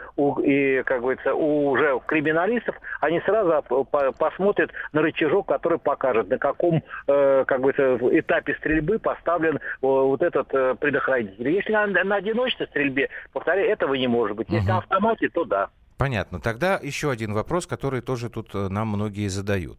уже у криминалистов, они сразу посмотрят на рычажок, который покажет, на каком, как говорится, этапе стрельбы поставлен вот этот предохранитель. Если на одиночной стрельбе, повторяю, этого не может быть. Если на автомате, то да. Понятно. Тогда еще один вопрос, который тоже тут нам многие задают.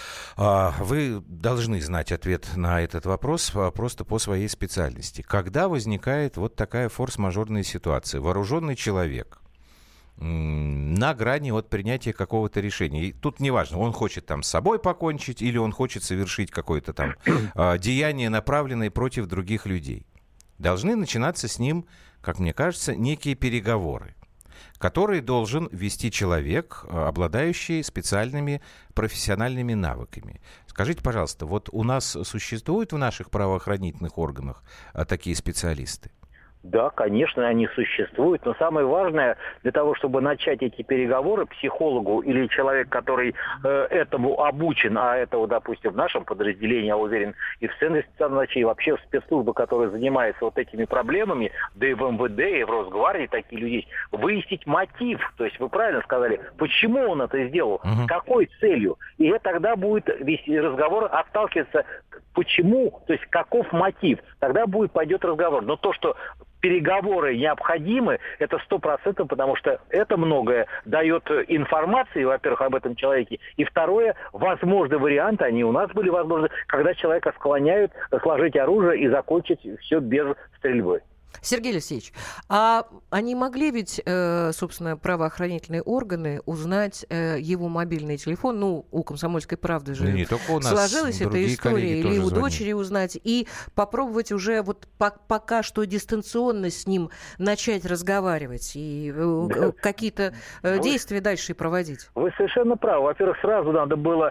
Вы должны знать ответ на этот вопрос просто по своей специальности. Когда возникает вот такая форс-мажорная ситуация? Вооруженный человек на грани от принятия какого-то решения. И тут неважно, он хочет там с собой покончить или он хочет совершить какое-то там деяние, направленное против других людей. Должны начинаться с ним, как мне кажется, некие переговоры, которые должен вести человек, обладающий специальными профессиональными навыками. Скажите, пожалуйста, вот у нас существуют в наших правоохранительных органах такие специалисты? Да, конечно, они существуют, но самое важное, для того, чтобы начать эти переговоры, психологу или человек, который этому обучен, а этого, допустим, в нашем подразделении, я уверен, и в Центре специальной и вообще в спецслужбы, которые занимаются вот этими проблемами, да и в МВД, и в Росгвардии такие люди есть, выяснить мотив, то есть вы правильно сказали, почему он это сделал, с какой целью, и тогда будет весь разговор отталкиваться, почему, то есть каков мотив, тогда пойдет разговор. Но то, что переговоры необходимы, это 100%, потому что это многое дает информации, во-первых, об этом человеке, и второе, возможны варианты, они у нас были возможны, когда человека склоняют сложить оружие и закончить все без стрельбы. Сергей Алексеевич, а они могли ведь, собственно, правоохранительные органы узнать его мобильный телефон? Ну, у «Комсомольской правды» же не только у нас, сложилась эта история, или у дочери узнать, и попробовать уже вот пока что дистанционно с ним начать разговаривать и какие-то действия дальше проводить? Вы совершенно правы. Во-первых, сразу надо было,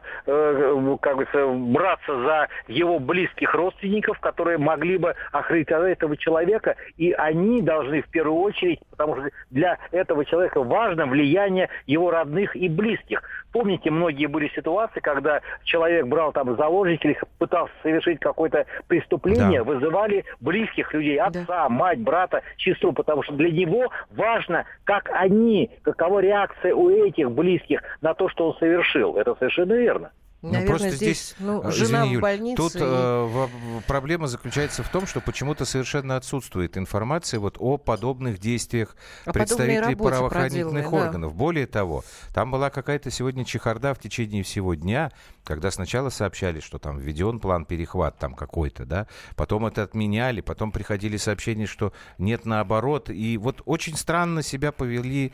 браться за его близких родственников, которые могли бы охранять этого человека, и они должны в первую очередь, потому что для этого человека важно влияние его родных и близких. Помните, многие были ситуации, когда человек брал там заложники, пытался совершить какое-то преступление, вызывали близких людей, отца, мать, брата, сестру, потому что для него важно, какова реакция у этих близких на то, что он совершил. Это совершенно верно. Наверное, просто здесь жена в больнице. Тут проблема заключается в том, что почему-то совершенно отсутствует информация вот о подобных действиях представителей правоохранительных органов. Да. Более того, там была какая-то сегодня чехарда в течение всего дня, когда сначала сообщали, что там введен план перехват там какой-то, да, потом это отменяли, потом приходили сообщения, что нет, наоборот. И вот очень странно себя повели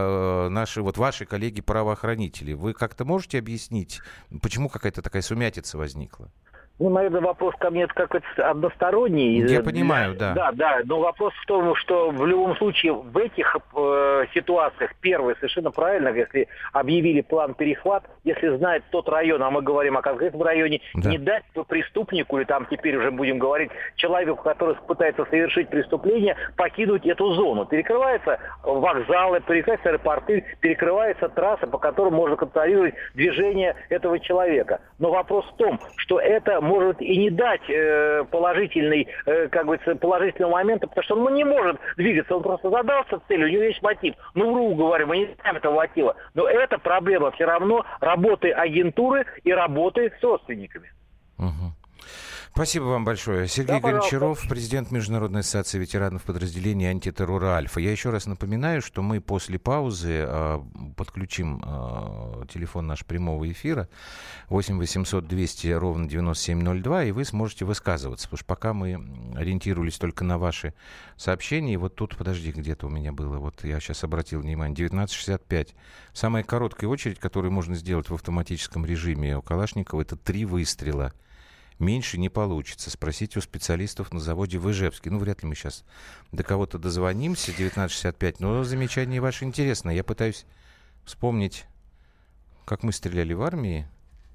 ваши коллеги-правоохранители. Вы как-то можете объяснить, почему какая-то такая сумятица возникла? Ну, наверное, вопрос ко мне как-то односторонний. Я понимаю, да. Да, но вопрос в том, что в любом случае в этих ситуациях, первое, совершенно правильно, если объявили план перехват, если знает тот район, а мы говорим о конкретном районе, не дать преступнику, или там теперь уже будем говорить, человеку, который пытается совершить преступление, покинуть эту зону. Перекрываются вокзалы, перекрываются аэропорты, перекрывается трасса, по которой можно контролировать движение этого человека. Но вопрос в том, что это может и не дать положительного момента, потому что он не может двигаться, он просто задался целью, у него есть мотив. Грубо говоря, мы не знаем этого мотива. Но это проблема все равно работы агентуры и работы с родственниками. Спасибо вам большое. Сергей Гончаров, президент Международной ассоциации ветеранов подразделения антитеррора «Альфа». Я еще раз напоминаю, что мы после паузы подключим телефон нашего прямого эфира 8 800 200 ровно 9702, и вы сможете высказываться. Потому что пока мы ориентировались только на ваши сообщения, и вот тут, подожди, где-то у меня было, вот я сейчас обратил внимание, 1965. Самая короткая очередь, которую можно сделать в автоматическом режиме у Калашникова, это 3 выстрела. Меньше не получится. Спросите у специалистов на заводе в Ижевске. Вряд ли мы сейчас до кого-то дозвонимся. 1965. Но замечание ваше интересное. Я пытаюсь вспомнить, как мы стреляли в армии.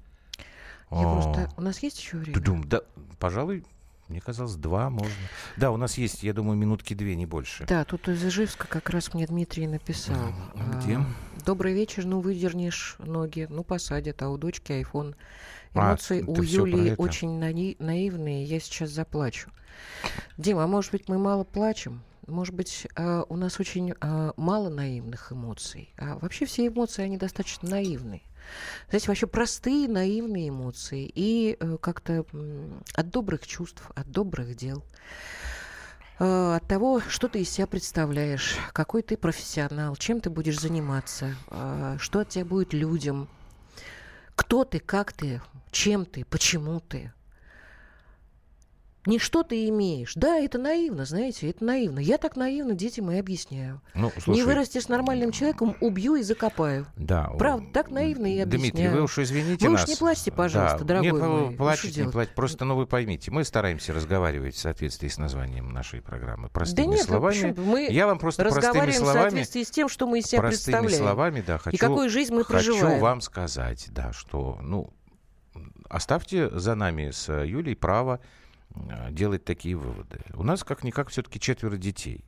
У нас есть еще время? Да, пожалуй, мне казалось, 2 можно. Да, у нас есть, я думаю, минутки 2, не больше. Да, тут из Ижевска как раз мне Дмитрий написал. Где? Добрый вечер, выдернешь ноги, посадят, а у дочки айфон. Эмоции у Юлии очень наивные, я сейчас заплачу. Дима, а может быть, мы мало плачем? Может быть, у нас очень мало наивных эмоций? А вообще все эмоции, они достаточно наивные. Знаете, вообще простые, наивные эмоции. И как-то от добрых чувств, от добрых дел. От того, что ты из себя представляешь, какой ты профессионал, чем ты будешь заниматься, что от тебя будет людям, кто ты, как ты, чем ты, почему ты. Не что ты имеешь. Да, это наивно, знаете, это наивно. Я так наивно детям и объясняю. Ну, слушай, не вырастешь нормальным человеком, убью и закопаю. Да. Правда, так наивно и объясняю. Дмитрий, вы уж извините нас. Вы уж не плачьте, пожалуйста, да. дорогой мой. Нет, не плачьте. Просто, вы поймите, мы стараемся разговаривать в соответствии с названием нашей программы простыми словами. Мы Я вам просто простыми словами, в соответствии с тем, что мы из себя представляем. Простыми словами, да, и какую жизнь мы проживаем. Хочу вам сказать, да, что, оставьте за нами с Юлей право делать такие выводы. У нас как-никак все-таки 4 детей,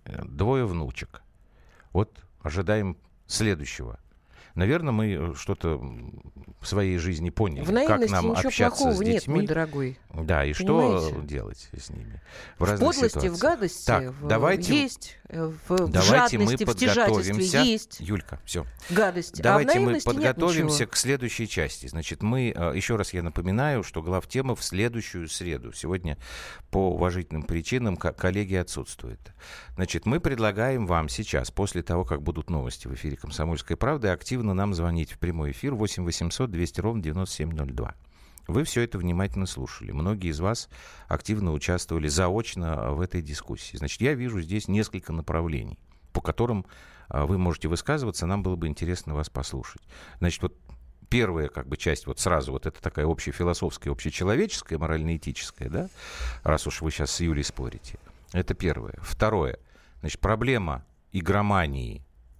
2 внучек. Вот ожидаем следующего. Наверное, мы что-то в своей жизни поняли, как нам общаться с детьми. Нет, мой дорогой. Да, и понимаете? что делать с ними в подлости, ситуациях. В гадости, так, есть, в жадности, в стяжательстве есть. Юлька, все. Гадости. Давайте мы подготовимся к следующей части. Значит, еще раз я напоминаю, что главтема в следующую среду. Сегодня по уважительным причинам коллеги отсутствуют. Значит, мы предлагаем вам сейчас, после того, как будут новости в эфире «Комсомольской правды», активно нам звонить в прямой эфир 8 800 200 ровно 9702. Вы все это внимательно слушали. Многие из вас активно участвовали заочно в этой дискуссии. Значит, я вижу здесь несколько направлений, по которым вы можете высказываться. Нам было бы интересно вас послушать. Значит, вот первая часть, сразу это такая общефилософская, общечеловеческая, морально-этическая, да, раз уж вы сейчас с Юлей спорите. Это первое. Второе. Значит, проблема игромании.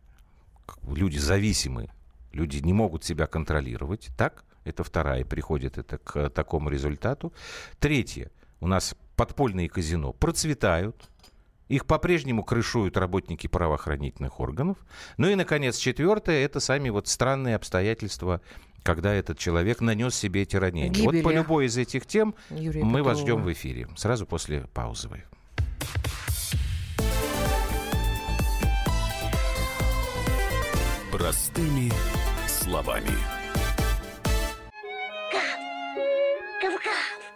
Люди зависимы, люди не могут себя контролировать, так? Это вторая, приходит это к такому результату. Третье. У нас подпольные казино процветают. Их по-прежнему крышуют работники правоохранительных органов. Ну и, наконец, четвертое. Это сами странные обстоятельства, когда этот человек нанес себе эти ранения. Гибели. По любой из этих тем Юрия мы Петрова. вас ждем в эфире. Сразу после паузы. Простыми словами. Гав-гав.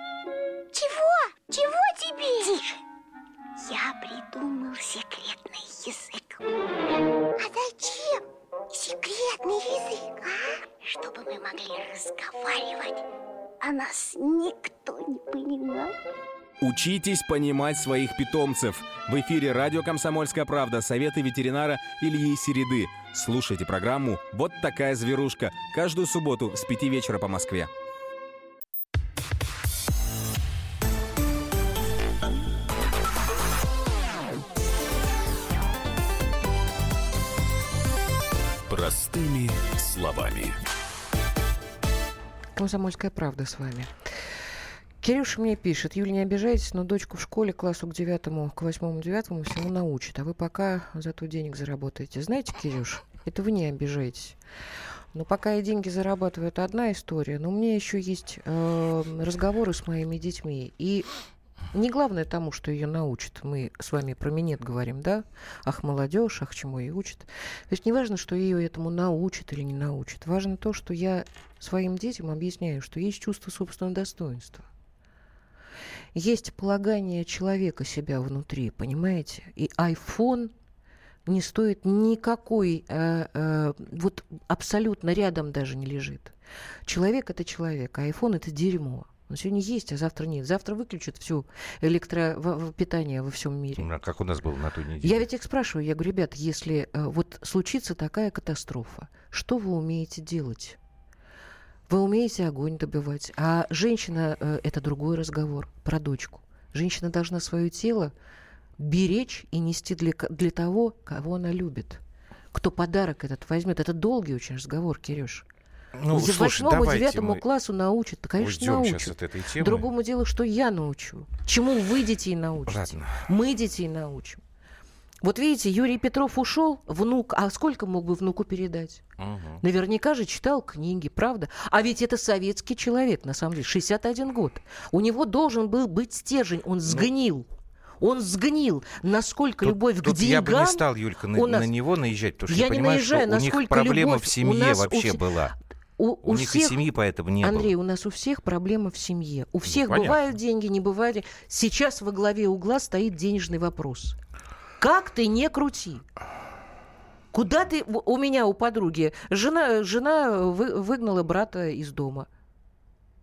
Чего тебе? Тише. Я придумал секретный язык. А зачем секретный язык, Чтобы мы могли разговаривать, а нас никто не понимал. Учитесь понимать своих питомцев. В эфире радио «Комсомольская правда». Советы ветеринара Ильи Середы. Слушайте программу «Вот такая зверушка» каждую субботу с 5 вечера по Москве. Простыми словами. «Комсомольская правда» с вами. Кирюша мне пишет: Юля, не обижайтесь, но дочку в школе классу к 9-му, к 8-му, 9-му всему научат, а вы пока зато денег заработаете. Знаете, Кирюш, это вы не обижаетесь. Но пока я деньги зарабатываю, это одна история, но у меня еще есть разговоры с моими детьми. И не главное тому, что ее научат. Мы с вами про минет говорим, да? Ах, молодежь, ах, чему ее учат. То есть не важно, что ее этому научат или не научат. Важно то, что я своим детям объясняю, что есть чувство собственного достоинства. Есть полагание человека себя внутри, понимаете? И iPhone не стоит никакой, абсолютно рядом даже не лежит. Человек — это человек, а iPhone — это дерьмо. Он сегодня есть, а завтра нет. Завтра выключат все электропитание во всем мире. Как у нас было на той неделе. Я ведь их спрашиваю, я говорю: ребят, если случится такая катастрофа, что вы умеете делать? Вы умеете огонь добывать. А женщина это другой разговор про дочку. Женщина должна свое тело беречь и нести для того, кого она любит. Кто подарок этот возьмет. Это долгий очень разговор, Кирюш. К 8-9 классу научат. Да, конечно, научат. Другому делу, что я научу. Чему вы детей научите? Ладно. Мы детей научим. Вот видите, Юрий Петров ушел, внук, а сколько мог бы внуку передать? Угу. Наверняка же читал книги, правда? А ведь это советский человек, на самом деле, 61 год. У него должен был быть стержень, он сгнил. Он сгнил. Насколько любовь к деньгам... Я бы не стал, Юлька, на него наезжать, потому что я понимаю, что у них проблема в семье вообще была. У них всех, и семьи поэтому не было. Андрей, у нас у всех проблема в семье. У всех бывают деньги, не бывают. Сейчас во главе угла стоит денежный вопрос. Как ты не крути. Куда ты... У меня, у подруги, жена выгнала брата из дома.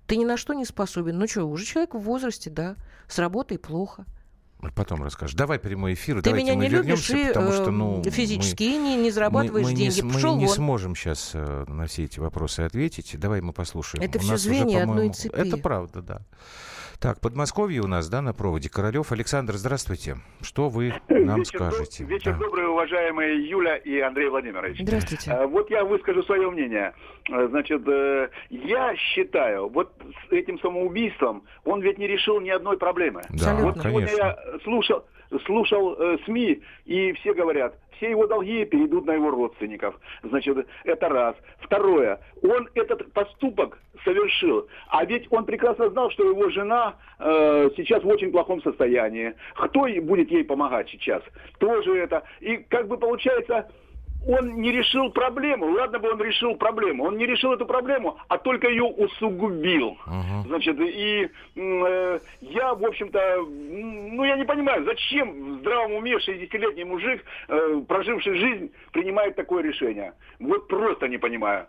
Ты ни на что не способен. Ну что, уже человек в возрасте, да, с работой плохо. Потом расскажешь. Давай прямой эфир. Ты Давайте меня не любишь и потому что, физически не зарабатываешь деньги. Мы не сможем сейчас на все эти вопросы ответить. Давай мы послушаем. Это все звенья одной цепи. Это правда, да. Так, Подмосковье у нас, да, на проводе. Королев. Александр, здравствуйте. Что вы нам скажете? Вечер добрый, уважаемые Юля и Андрей Владимирович. Здравствуйте. Вот я выскажу свое мнение. Значит, я считаю, вот с этим самоубийством он ведь не решил ни одной проблемы. Да, вот сегодня я слушал СМИ, и все говорят, все его долги перейдут на его родственников. Значит, это раз. Второе, он этот поступок совершил, а ведь он прекрасно знал, что его жена сейчас в очень плохом состоянии. Кто будет ей помогать сейчас? Тоже это. И как бы получается... Он не решил проблему. Ладно бы он решил проблему. Он не решил эту проблему, а только ее усугубил. Значит, и я, в общем-то, я не понимаю, зачем в здравом уме 60-летний мужик, проживший жизнь, принимает такое решение. Вот просто не понимаю.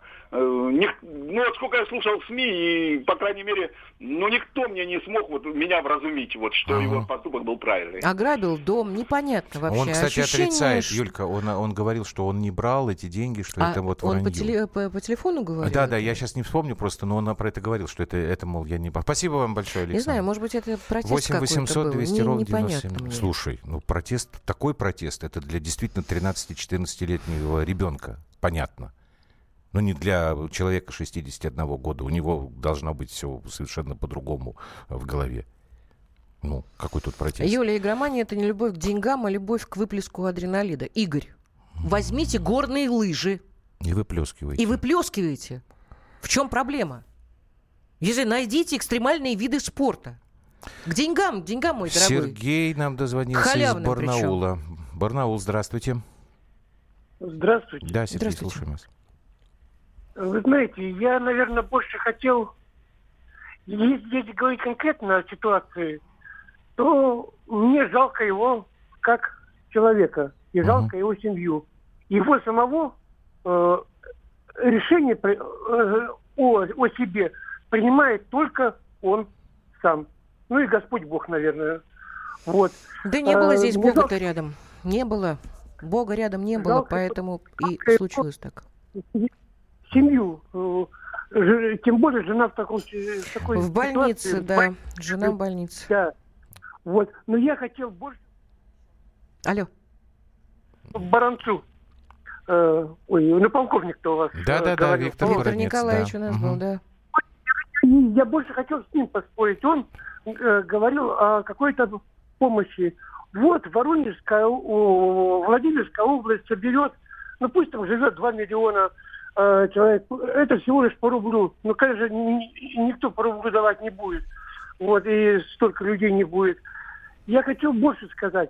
Вот сколько я слушал в СМИ, и, по крайней мере, никто мне не смог меня вразумить, вот, что его поступок был правильный. Ограбил дом, непонятно вообще. Он, кстати, отрицает, Юлька, он говорил, что он не брал эти деньги, что это вот вранье. Он по телефону говорил? Да, я сейчас не вспомню просто, но он про это говорил, что это мол, я не брал. Спасибо вам большое, Александр. Не знаю, может быть, это протест 8 800 200 ровно 97. Мне. Слушай, такой протест, это для действительно 13-14-летнего ребенка, понятно. Но не для человека 61 года. У него должно быть все совершенно по-другому в голове. Какой тут протест? Юля, игромания — это не любовь к деньгам, а любовь к выплеску адреналина. Игорь, возьмите горные лыжи. И выплескивайте. В чем проблема? Если найдите экстремальные виды спорта. К деньгам, мой дорогой. Сергей нам дозвонился из Барнаула. Барнаул, здравствуйте. Здравствуйте. Да, Сергей, слушаем вас. Вы знаете, я, наверное, больше хотел, если говорить конкретно о ситуации, то мне жалко его как человека, и жалко его семью. Его самого решение о себе принимает только он сам. И Господь Бог, наверное. Вот. Да не было здесь Бога-то рядом. Не было. Бога рядом не было, поэтому и случилось так. Семью, тем более жена в такой в больнице, ситуации. Да, жена в больнице. Да, вот, но я хотел больше... Алло. Баранцу. Полковник-то у вас Да, Виктор Николаевич у нас был, да. Я больше хотел с ним поспорить. Он говорил о какой-то помощи. Вот, Владимирская область соберет, пусть там живет 2 миллиона человек, это всего лишь по рублю. Конечно, никто по рублю давать не будет. Вот, и столько людей не будет. Я хочу больше сказать.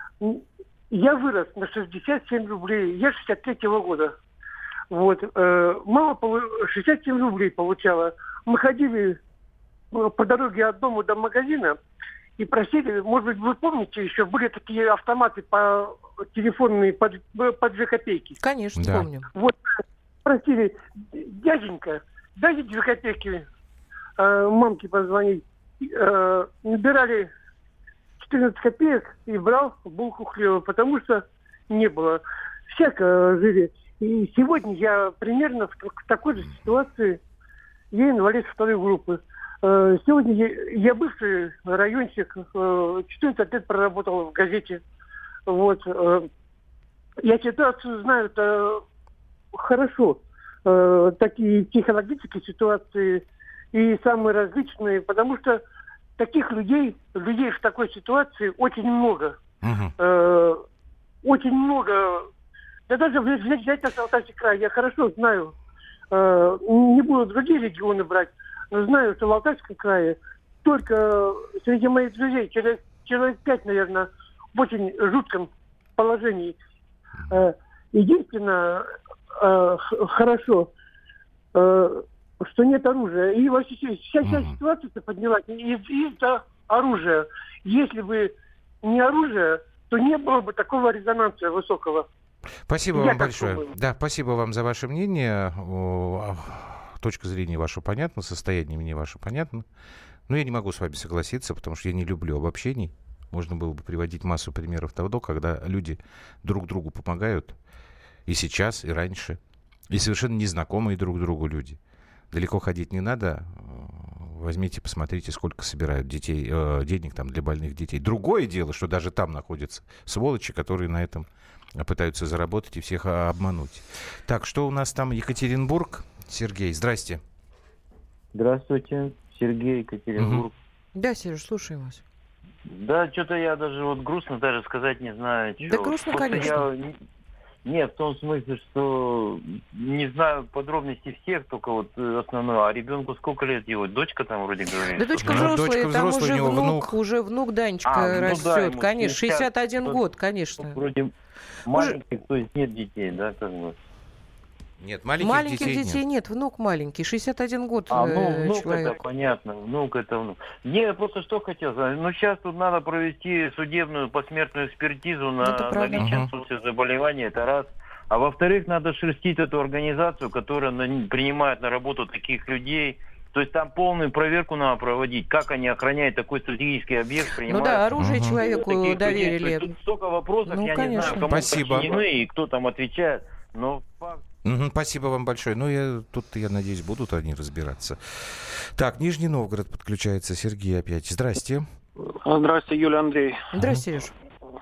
Я вырос на 67 рублей. Я 63-го года. Вот. Мама 67 рублей получала. Мы ходили по дороге от дома до магазина и просили, может быть, вы помните, еще были такие автоматы телефонные под 2 копейки. Конечно, да. Помню. Вот. Просили, дяденька, дайте 2 копейки мамке позвонить. Набирали 14 копеек и брал булку хлеба, потому что не было. Всяко жили. И сегодня я примерно в такой же ситуации, я инвалид 2 группы. Сегодня я бывший районщик, 14 лет проработал в газете. Вот. Я ситуацию знаю хорошо. Такие психологические ситуации и самые различные, потому что таких людей в такой ситуации очень много. Очень много. Да даже взять наш Алтайский край, я хорошо знаю, не буду другие регионы брать, но знаю, что в Алтайском крае только среди моих друзей человек 5, наверное, в очень жутком положении. Единственное, хорошо, что нет оружия. И вообще вся ситуация поднялась из-за оружия. Если бы не оружие, то не было бы такого резонанса высокого. Спасибо вам большое. Да, спасибо вам за ваше мнение. точка зрения ваша понятна, состояние мне ваше понятно. Но я не могу с вами согласиться, потому что я не люблю обобщений. Можно было бы приводить массу примеров того, когда люди друг другу помогают. И сейчас, и раньше. И совершенно незнакомые друг другу люди. Далеко ходить не надо. Возьмите, посмотрите, сколько собирают денег там для больных детей. Другое дело, что даже там находятся сволочи, которые на этом пытаются заработать и всех обмануть. Так, что у нас там? Екатеринбург. Сергей, здрасте. Здравствуйте, Сергей, Екатеринбург. Да, Сереж, слушаем вас. Да, что-то я даже вот грустно даже сказать не знаю. Что. Да грустно, просто конечно. Нет, в том смысле, что не знаю подробностей всех, только вот основное. А ребенку сколько лет его? Дочка там вроде говорит? Да дочка взрослая, там уже внук Данечка растет. Да, конечно, 61 год, конечно. Вроде маленьких, то есть нет детей, да, как бы. Нет, маленьких детей нет, внук маленький, 61 год внук человек. Это понятно, внук. Не, просто что хотел сказать, сейчас тут надо провести судебную посмертную экспертизу на наличие отсутствия заболевания, это раз. А во-вторых, надо шерстить эту организацию, которая принимает на работу таких людей. То есть там полную проверку надо проводить, как они охраняют такой стратегический объект, принимают... Ну да, оружие человеку доверили. Тут столько вопросов, я не знаю, кому подчинены и кто там отвечает, но факт. Спасибо вам большое. Я надеюсь, будут они разбираться. Так, Нижний Новгород подключается. Сергей опять. Здрасте. Здрасте, Юлия, Андрей. Здрасте, Сереж.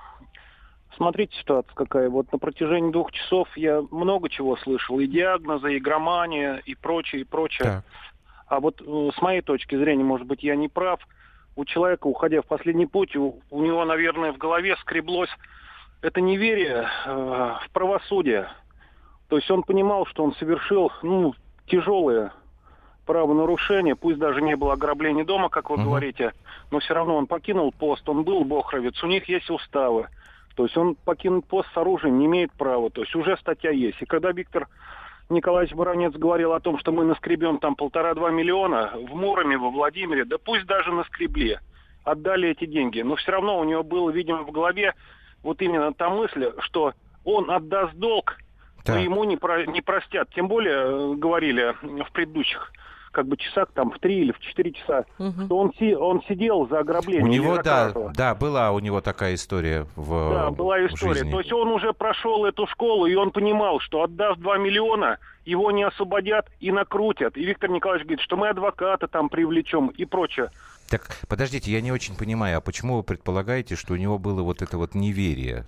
Смотрите, ситуация какая. Вот на протяжении 2 часов я много чего слышал. И диагнозы, и игромания, и прочее, и прочее. Так. А вот с моей точки зрения, может быть, я не прав. У человека, уходя в последний путь, у него, наверное, в голове скреблось это неверие в правосудие. То есть он понимал, что он совершил тяжелые правонарушения, пусть даже не было ограбления дома, как вы говорите, но все равно он покинул пост, он был бохровец, у них есть уставы. То есть он покинуть пост с оружием не имеет права, то есть уже статья есть. И когда Виктор Николаевич Баранец говорил о том, что мы наскребем там 1,5-2 миллиона в Муроме, во Владимире, да пусть даже наскребли, отдали эти деньги, но все равно у него было, видимо, в голове вот именно та мысль, что он отдаст долг, но ему не простят. Тем более, говорили в предыдущих часах, там, в 3 или в 4 часа, что он сидел за ограбление. У него, была у него такая история в была история. Жизни. То есть он уже прошел эту школу, и он понимал, что отдав 2 миллиона, его не освободят и накрутят. И Виктор Николаевич говорит, что мы адвоката там привлечем и прочее. Так, подождите, я не очень понимаю, а почему вы предполагаете, что у него было вот это вот неверие?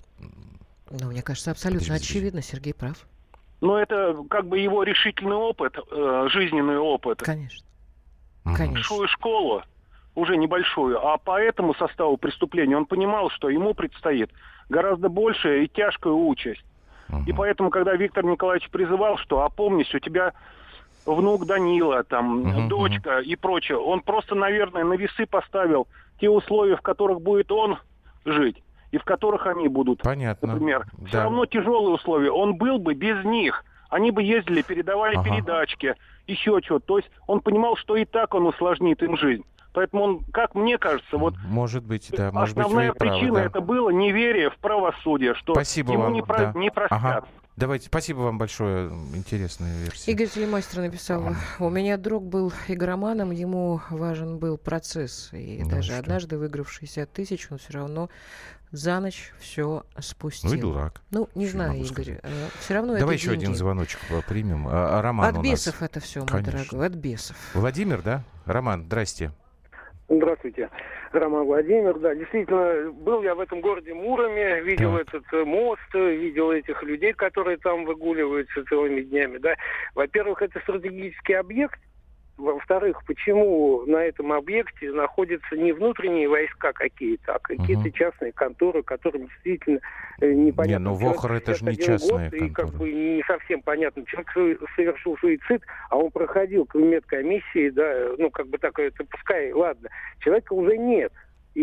Мне кажется, абсолютно очевидно, Сергей прав. Но это его решительный опыт, жизненный опыт. Конечно. Большую школу, уже небольшую, а по этому составу преступления он понимал, что ему предстоит гораздо большая и тяжкая участь. И поэтому, когда Виктор Николаевич призывал, что опомнись, у тебя внук Данила, там, дочка и прочее, он просто, наверное, на весы поставил те условия, в которых будет он жить. И в которых они будут, например. Да. Все равно тяжелые условия. Он был бы без них. Они бы ездили, передавали передачки, еще что-то. То есть он понимал, что и так он усложнит им жизнь. Поэтому он, как мне кажется, может быть, да, основная причина это было неверие в правосудие, что ему не простят. Ага. Давайте, спасибо вам большое, интересная версия. Игорь Телемастер написал, у меня друг был игроманом, ему важен был процесс. И даже однажды, выиграв 60 тысяч, он все равно за ночь все спустил. И дурак. Не знаю, Игорь. Все равно Давай это еще деньги. Один звоночек примем. Роман от бесов это все, мой дорогой, от бесов. Владимир, да? Роман, здрасте. Здравствуйте, Роман Владимир. Да, действительно, был я в этом городе Муроме, видел этот мост, видел этих людей, которые там выгуливаются целыми днями. Да. Во-первых, это стратегический объект. Во-вторых, почему на этом объекте находятся не внутренние войска какие-то, а какие-то частные конторы, которые действительно непонятно. Вохр это же не частные конторы. И не совсем понятно. Человек совершил суицид, а он проходил к медкомиссии, да, это пускай, ладно. Человека уже нет. И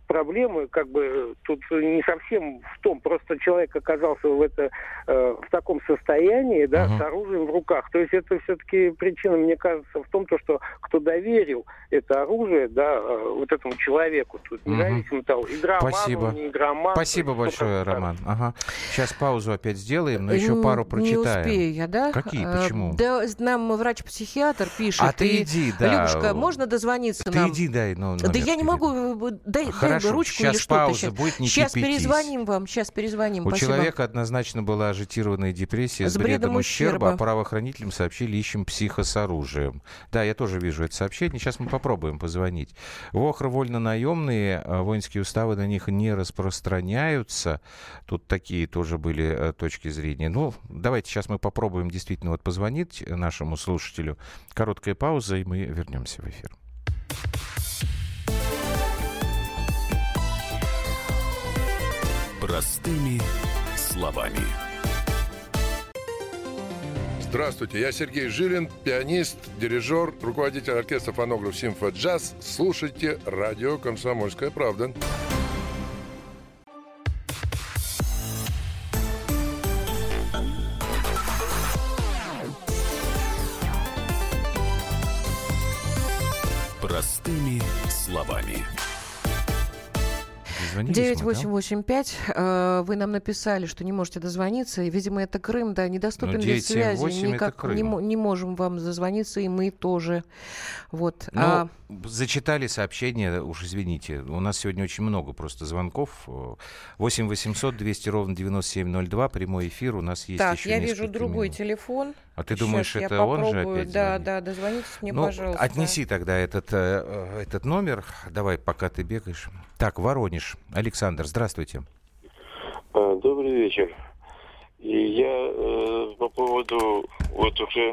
проблемы как бы тут не совсем в том, просто человек оказался в таком состоянии, да, с оружием в руках. То есть это все-таки причина, мне кажется, в том, что кто доверил это оружие, да, вот этому человеку, тут независимо от того, игроману, не игроману. Спасибо большое, Роман. Ага. Сейчас паузу опять сделаем, но еще пару прочитаем. Не успею я, да? Какие? Почему? Да, нам врач-психиатр пишет. А ты иди, да. Любушка, можно дозвониться нам? Ты иди, дай номер. Да я не могу, дай ручку сейчас или что-то. Пауза будет, не сейчас кипятись. перезвоним вам, сейчас перезвоним. У Спасибо. человека однозначно была ажитированная депрессия с бредом ущерба, а правоохранителям сообщили, ищем психа с оружием. Да, я тоже вижу это сообщение, сейчас мы попробуем позвонить. ВОХР вольно-наемные, воинские уставы на них не распространяются. Тут такие тоже были точки зрения. Ну, давайте сейчас мы попробуем действительно вот позвонить нашему слушателю. Короткая пауза, и мы вернемся в эфир. Простыми словами. Здравствуйте, я Сергей Жилин, пианист, дирижер, руководитель оркестра «Фонограф Симфоджаз». Слушайте радио «Комсомольская правда». Простыми словами. 9885. Вы нам написали, что не можете дозвониться. И, видимо, это Крым, да, недоступен для связи. Никак не можем вам дозвониться, и мы тоже. Вот. Зачитали сообщение, уж извините. У нас сегодня очень много просто звонков. 8 800 200 ровно 9702. Прямой эфир. У нас есть еще я вижу другой телефон. А ты думаешь, это он же опять звонит? Да, дозвонитесь мне, пожалуйста. Отнеси тогда этот номер. Давай, пока ты бегаешь. Так, Воронеж. Александр, здравствуйте. Добрый вечер. И я по поводу, вот уже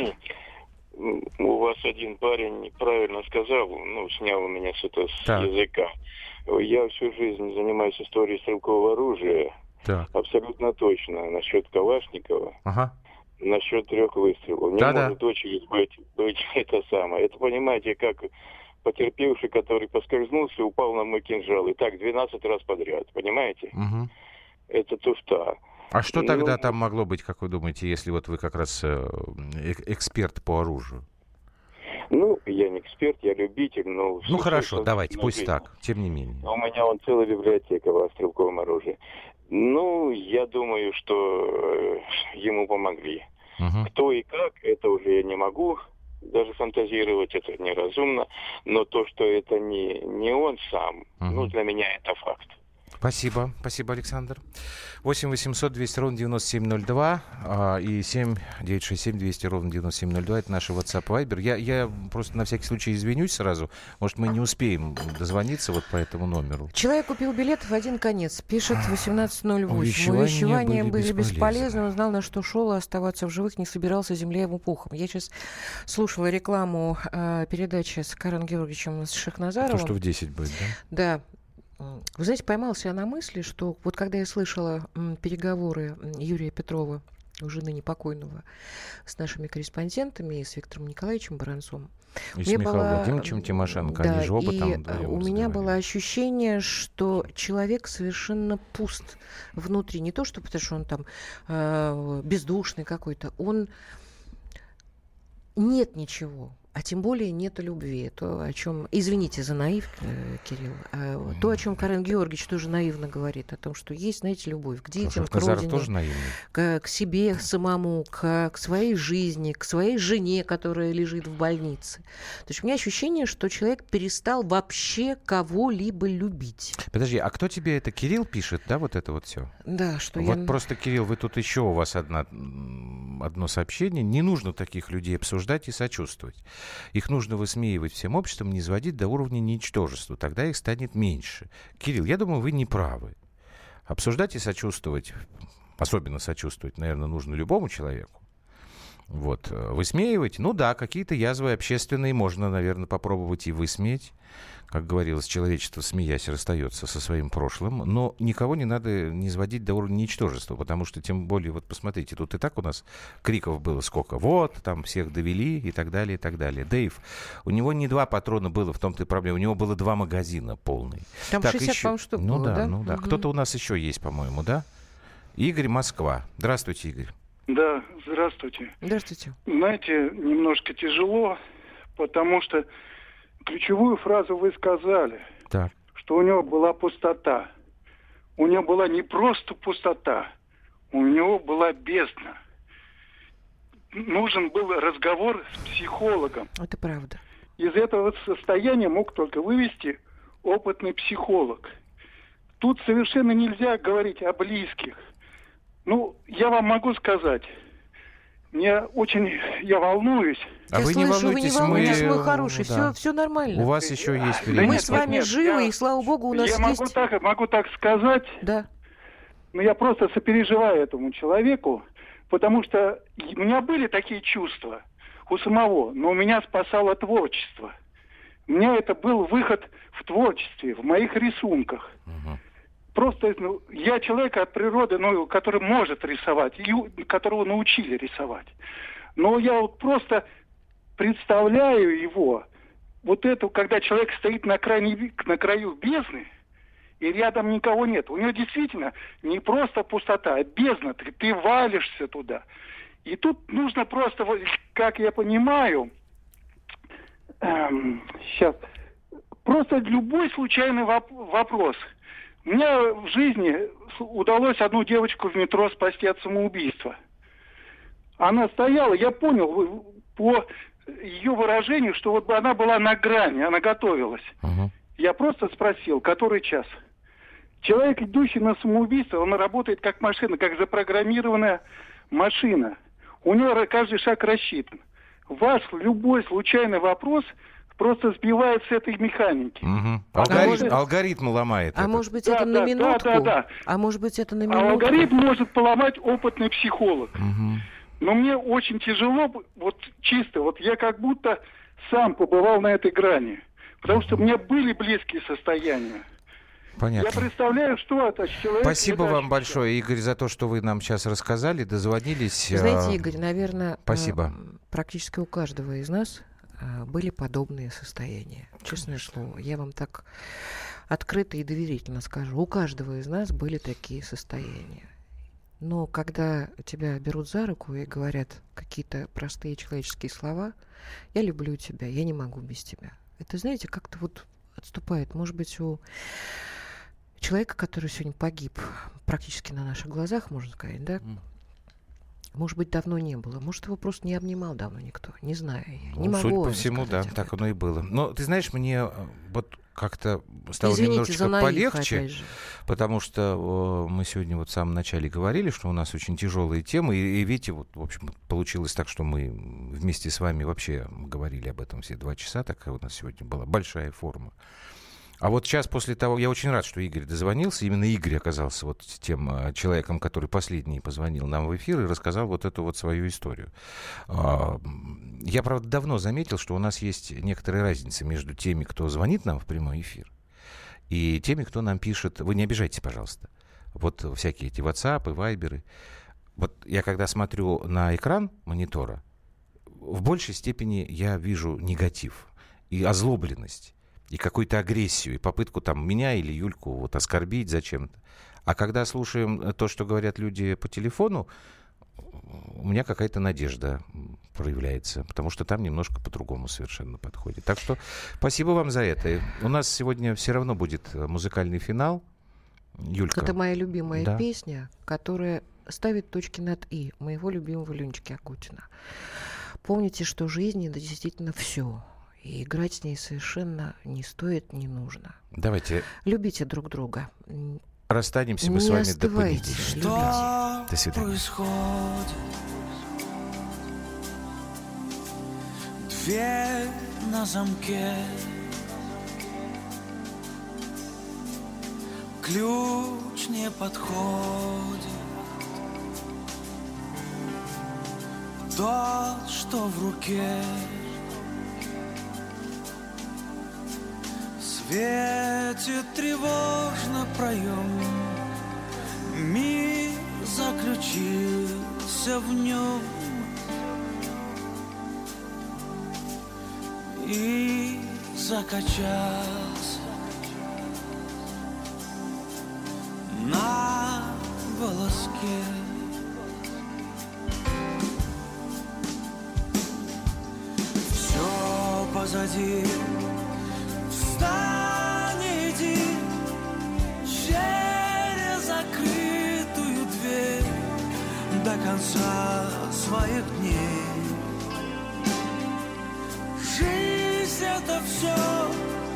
у вас один парень правильно сказал, снял у меня с языка. Я всю жизнь занимаюсь историей стрелкового оружия. Так. Абсолютно точно. Насчет Калашникова. Ага. Насчет 3 выстрелов. Не может очередь быть это самое. Это, понимаете, как потерпевший, который поскользнулся, упал на мой кинжал. И так 12 раз подряд. Понимаете? Угу. Это туфта. А что тогда там могло быть, как вы думаете, если вот вы как раз эксперт по оружию? Я не эксперт, я любитель, но... хорошо, давайте, пусть так, тем не менее. У меня целая библиотека во стрелковом оружии. Я думаю, что ему помогли. Угу. Кто и как, это уже я не могу даже фантазировать, это неразумно. Но то, что это не он сам, для меня это факт. Спасибо, Александр. 8 800 200 ровно 9702 и 7 967 200 ровно 9702. Это наш WhatsApp Viber. Я просто на всякий случай извинюсь сразу. Может, мы не успеем дозвониться вот по этому номеру. Человек купил билет в один конец. Пишет 1808. Увещевания были бесполезны. Он знал, на что шел, а оставаться в живых не собирался, земля ему пухом. Я сейчас слушала рекламу передачи с Карен Георгиевичем Шахназаровым. То, что в 10 будет, да? Да. Вы знаете, поймала себя на мысли, что вот когда я слышала переговоры Юрия Петрова, уже ныне покойного, с нашими корреспондентами, с Виктором Николаевичем Баранцом, и с Михаилом Владимировичем Тимошенко, да, они же оба там вдвоем у меня было ощущение, что человек совершенно пуст внутри. Не то, что потому что он там бездушный какой-то, он... Нет ничего. А тем более нет любви. То, о чем... Извините за наив, Кирилл. То, о чем Карен Георгиевич тоже наивно говорит. О том, что есть, знаете, любовь к детям, к родине, тоже к себе самому, к своей жизни, к своей жене, которая лежит в больнице. То есть у меня ощущение, что человек перестал вообще кого-либо любить. Подожди, а кто тебе это? Кирилл пишет, да, вот это вот все? Да, что вот просто, Кирилл, вы тут еще у вас одно сообщение. Не нужно таких людей обсуждать и сочувствовать. Их нужно высмеивать всем обществом, не изводить до уровня ничтожества. Тогда их станет меньше. Кирилл, я думаю, вы не правы. Обсуждать и сочувствовать, особенно сочувствовать, наверное, нужно любому человеку. Вот. Высмеивать? Ну да, какие-то язвы общественные можно, наверное, попробовать и высмеять. Как говорилось, человечество, смеясь, расстается со своим прошлым. Но никого не надо низводить до уровня ничтожества, потому что, тем более, вот посмотрите, тут и так у нас криков было сколько. Вот, там всех довели и так далее, и так далее. Дэйв, у него не 2 патрона было, в том-то и проблема. У него было 2 магазина полные. Там так, 60, по-моему, штук ну, было, да? Ну да, Кто-то у нас еще есть, по-моему, да? Игорь, Москва. Здравствуйте, Игорь. Да, здравствуйте. Здравствуйте. Знаете, немножко тяжело, потому что ключевую фразу вы сказали, так. Что у него была пустота. У него была не просто пустота, у него была бездна. Нужен был разговор с психологом. Это правда. Из этого состояния мог только вывести опытный психолог. Тут совершенно нельзя говорить о близких. Ну, я вам могу сказать, я волнуюсь. А вы не волнуйтесь, мой хороший, да. все нормально. У вас еще есть время. Мы с вами живы, и слава богу, у нас есть... могу так сказать, да. Но я просто сопереживаю этому человеку, потому что у меня были такие чувства у самого, но меня спасало творчество. У меня это был выход в творчестве, в моих рисунках. Угу. Просто я человек от природы, который может рисовать, и которого научили рисовать. Но я вот просто представляю его, вот это, когда человек стоит на краю бездны, и рядом никого нет. У него действительно не просто пустота, а бездна. Ты валишься туда. И тут нужно просто, как я понимаю, сейчас, просто любой случайный вопрос. Мне в жизни удалось одну девочку в метро спасти от самоубийства. Она стояла, я понял по ее выражению, что вот она была на грани, она готовилась. Uh-huh. Я просто спросил, который час. Человек, идущий на самоубийство, он работает как машина, как запрограммированная машина. У него каждый шаг рассчитан. Ваш любой случайный вопрос просто сбивает с этой механики. Угу. Алгоритм ломает. А может быть, это на минутку? Да. А может быть, это на минутку? А алгоритм может поломать опытный психолог. Угу. Но мне очень тяжело, вот чисто, вот я как будто сам побывал на этой грани. Потому что у меня были близкие состояния. Понятно. Я представляю, что это человек... Спасибо вам большое, Игорь, за то, что вы нам сейчас рассказали, дозвонились. Знаете, Игорь, наверное, спасибо. Практически у каждого из нас были подобные состояния. Честное слово, я вам так открыто и доверительно скажу. У каждого из нас были такие состояния. Но когда тебя берут за руку и говорят какие-то простые человеческие слова, я люблю тебя, я не могу без тебя. Это, знаете, как-то вот отступает. Может быть, у человека, который сегодня погиб практически на наших глазах, можно сказать, да? Может быть, давно не было. Может, его просто не обнимал давно никто. Не знаю. Не могу. Судя по всему, да, так оно и было. Но, ты знаешь, мне вот как-то стало немножечко полегче, потому что мы сегодня вот в самом начале говорили, что у нас очень тяжелые темы, и видите, вот, в общем, получилось так, что мы вместе с вами вообще говорили об этом все 2 часа, такая у нас сегодня была большая форма. А вот сейчас после того, я очень рад, что Игорь дозвонился, именно Игорь оказался вот тем человеком, который последний позвонил нам в эфир и рассказал вот эту вот свою историю. Я, правда, давно заметил, что у нас есть некоторая разница между теми, кто звонит нам в прямой эфир, и теми, кто нам пишет. Вы не обижайтесь, пожалуйста. Вот всякие эти WhatsApp и Вайберы. Вот я когда смотрю на экран монитора, в большей степени я вижу негатив и озлобленность. И какую-то агрессию, и попытку там меня или Юльку вот оскорбить зачем-то. А когда слушаем то, что говорят люди по телефону, у меня какая-то надежда проявляется, потому что там немножко по-другому совершенно подходит. Так что спасибо вам за это. У нас сегодня все равно будет музыкальный финал. Юлька. Это моя любимая песня, которая ставит точки над «и» моего любимого Ленечки Агутина. Помните, что жизнь — это действительно все. И играть с ней совершенно не стоит, не нужно. Давайте. Любите друг друга. Расстанемся мы с вами до понедельника. Что до свидания. Происходит? Дверь на замке, ключ не подходит. тот, что в руке. Светит тревожно проем, мир заключился в нем. И закачался на волоске. Все позади, встань, иди через закрытую дверь до конца своих дней. Жизнь — это все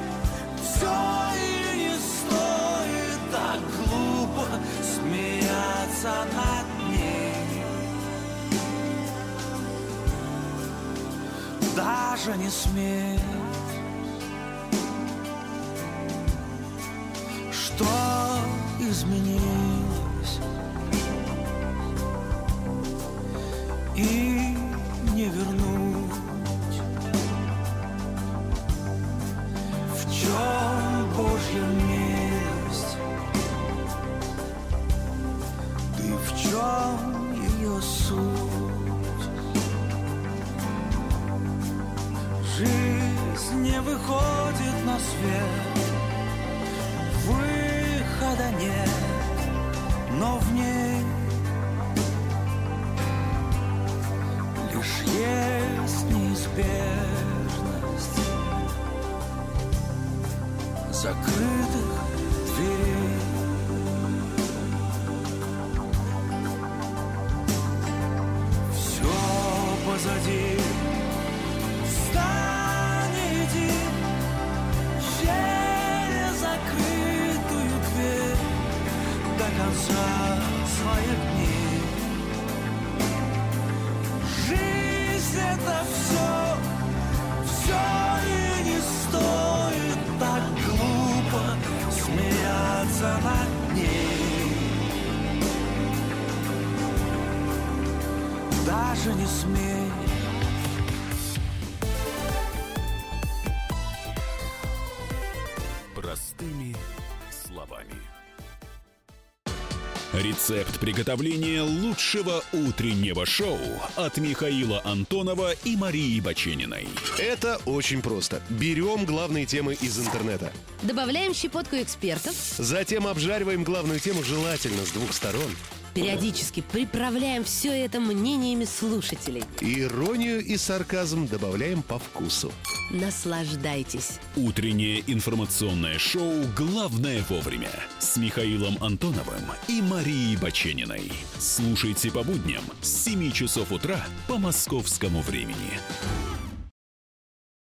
и не стоит так глупо смеяться над ней. Даже не смей, что изменилось и не вернуть. В чем Божья милость? Ты в чем ее суть? Жизнь не выходит на свет, выхода нет, но в ней лишь есть неизбежность закрытых дверей. Все позади, встань, иди через закрытую дверь до конца своих дней. Жизнь — это все и не стоит так глупо смеяться над ней. Даже не смей. Простыми словами. Рецепт приготовления лучшего утреннего шоу от Михаила Антонова и Марии Бачениной. Это очень просто. Берем главные темы из интернета. Добавляем щепотку экспертов. Затем обжариваем главную тему желательно с двух сторон. Периодически приправляем все это мнениями слушателей. Иронию и сарказм добавляем по вкусу. Наслаждайтесь. Утреннее информационное шоу «Главное вовремя» с Михаилом Антоновым и Марией Бачениной. Слушайте по будням с 7 часов утра по московскому времени.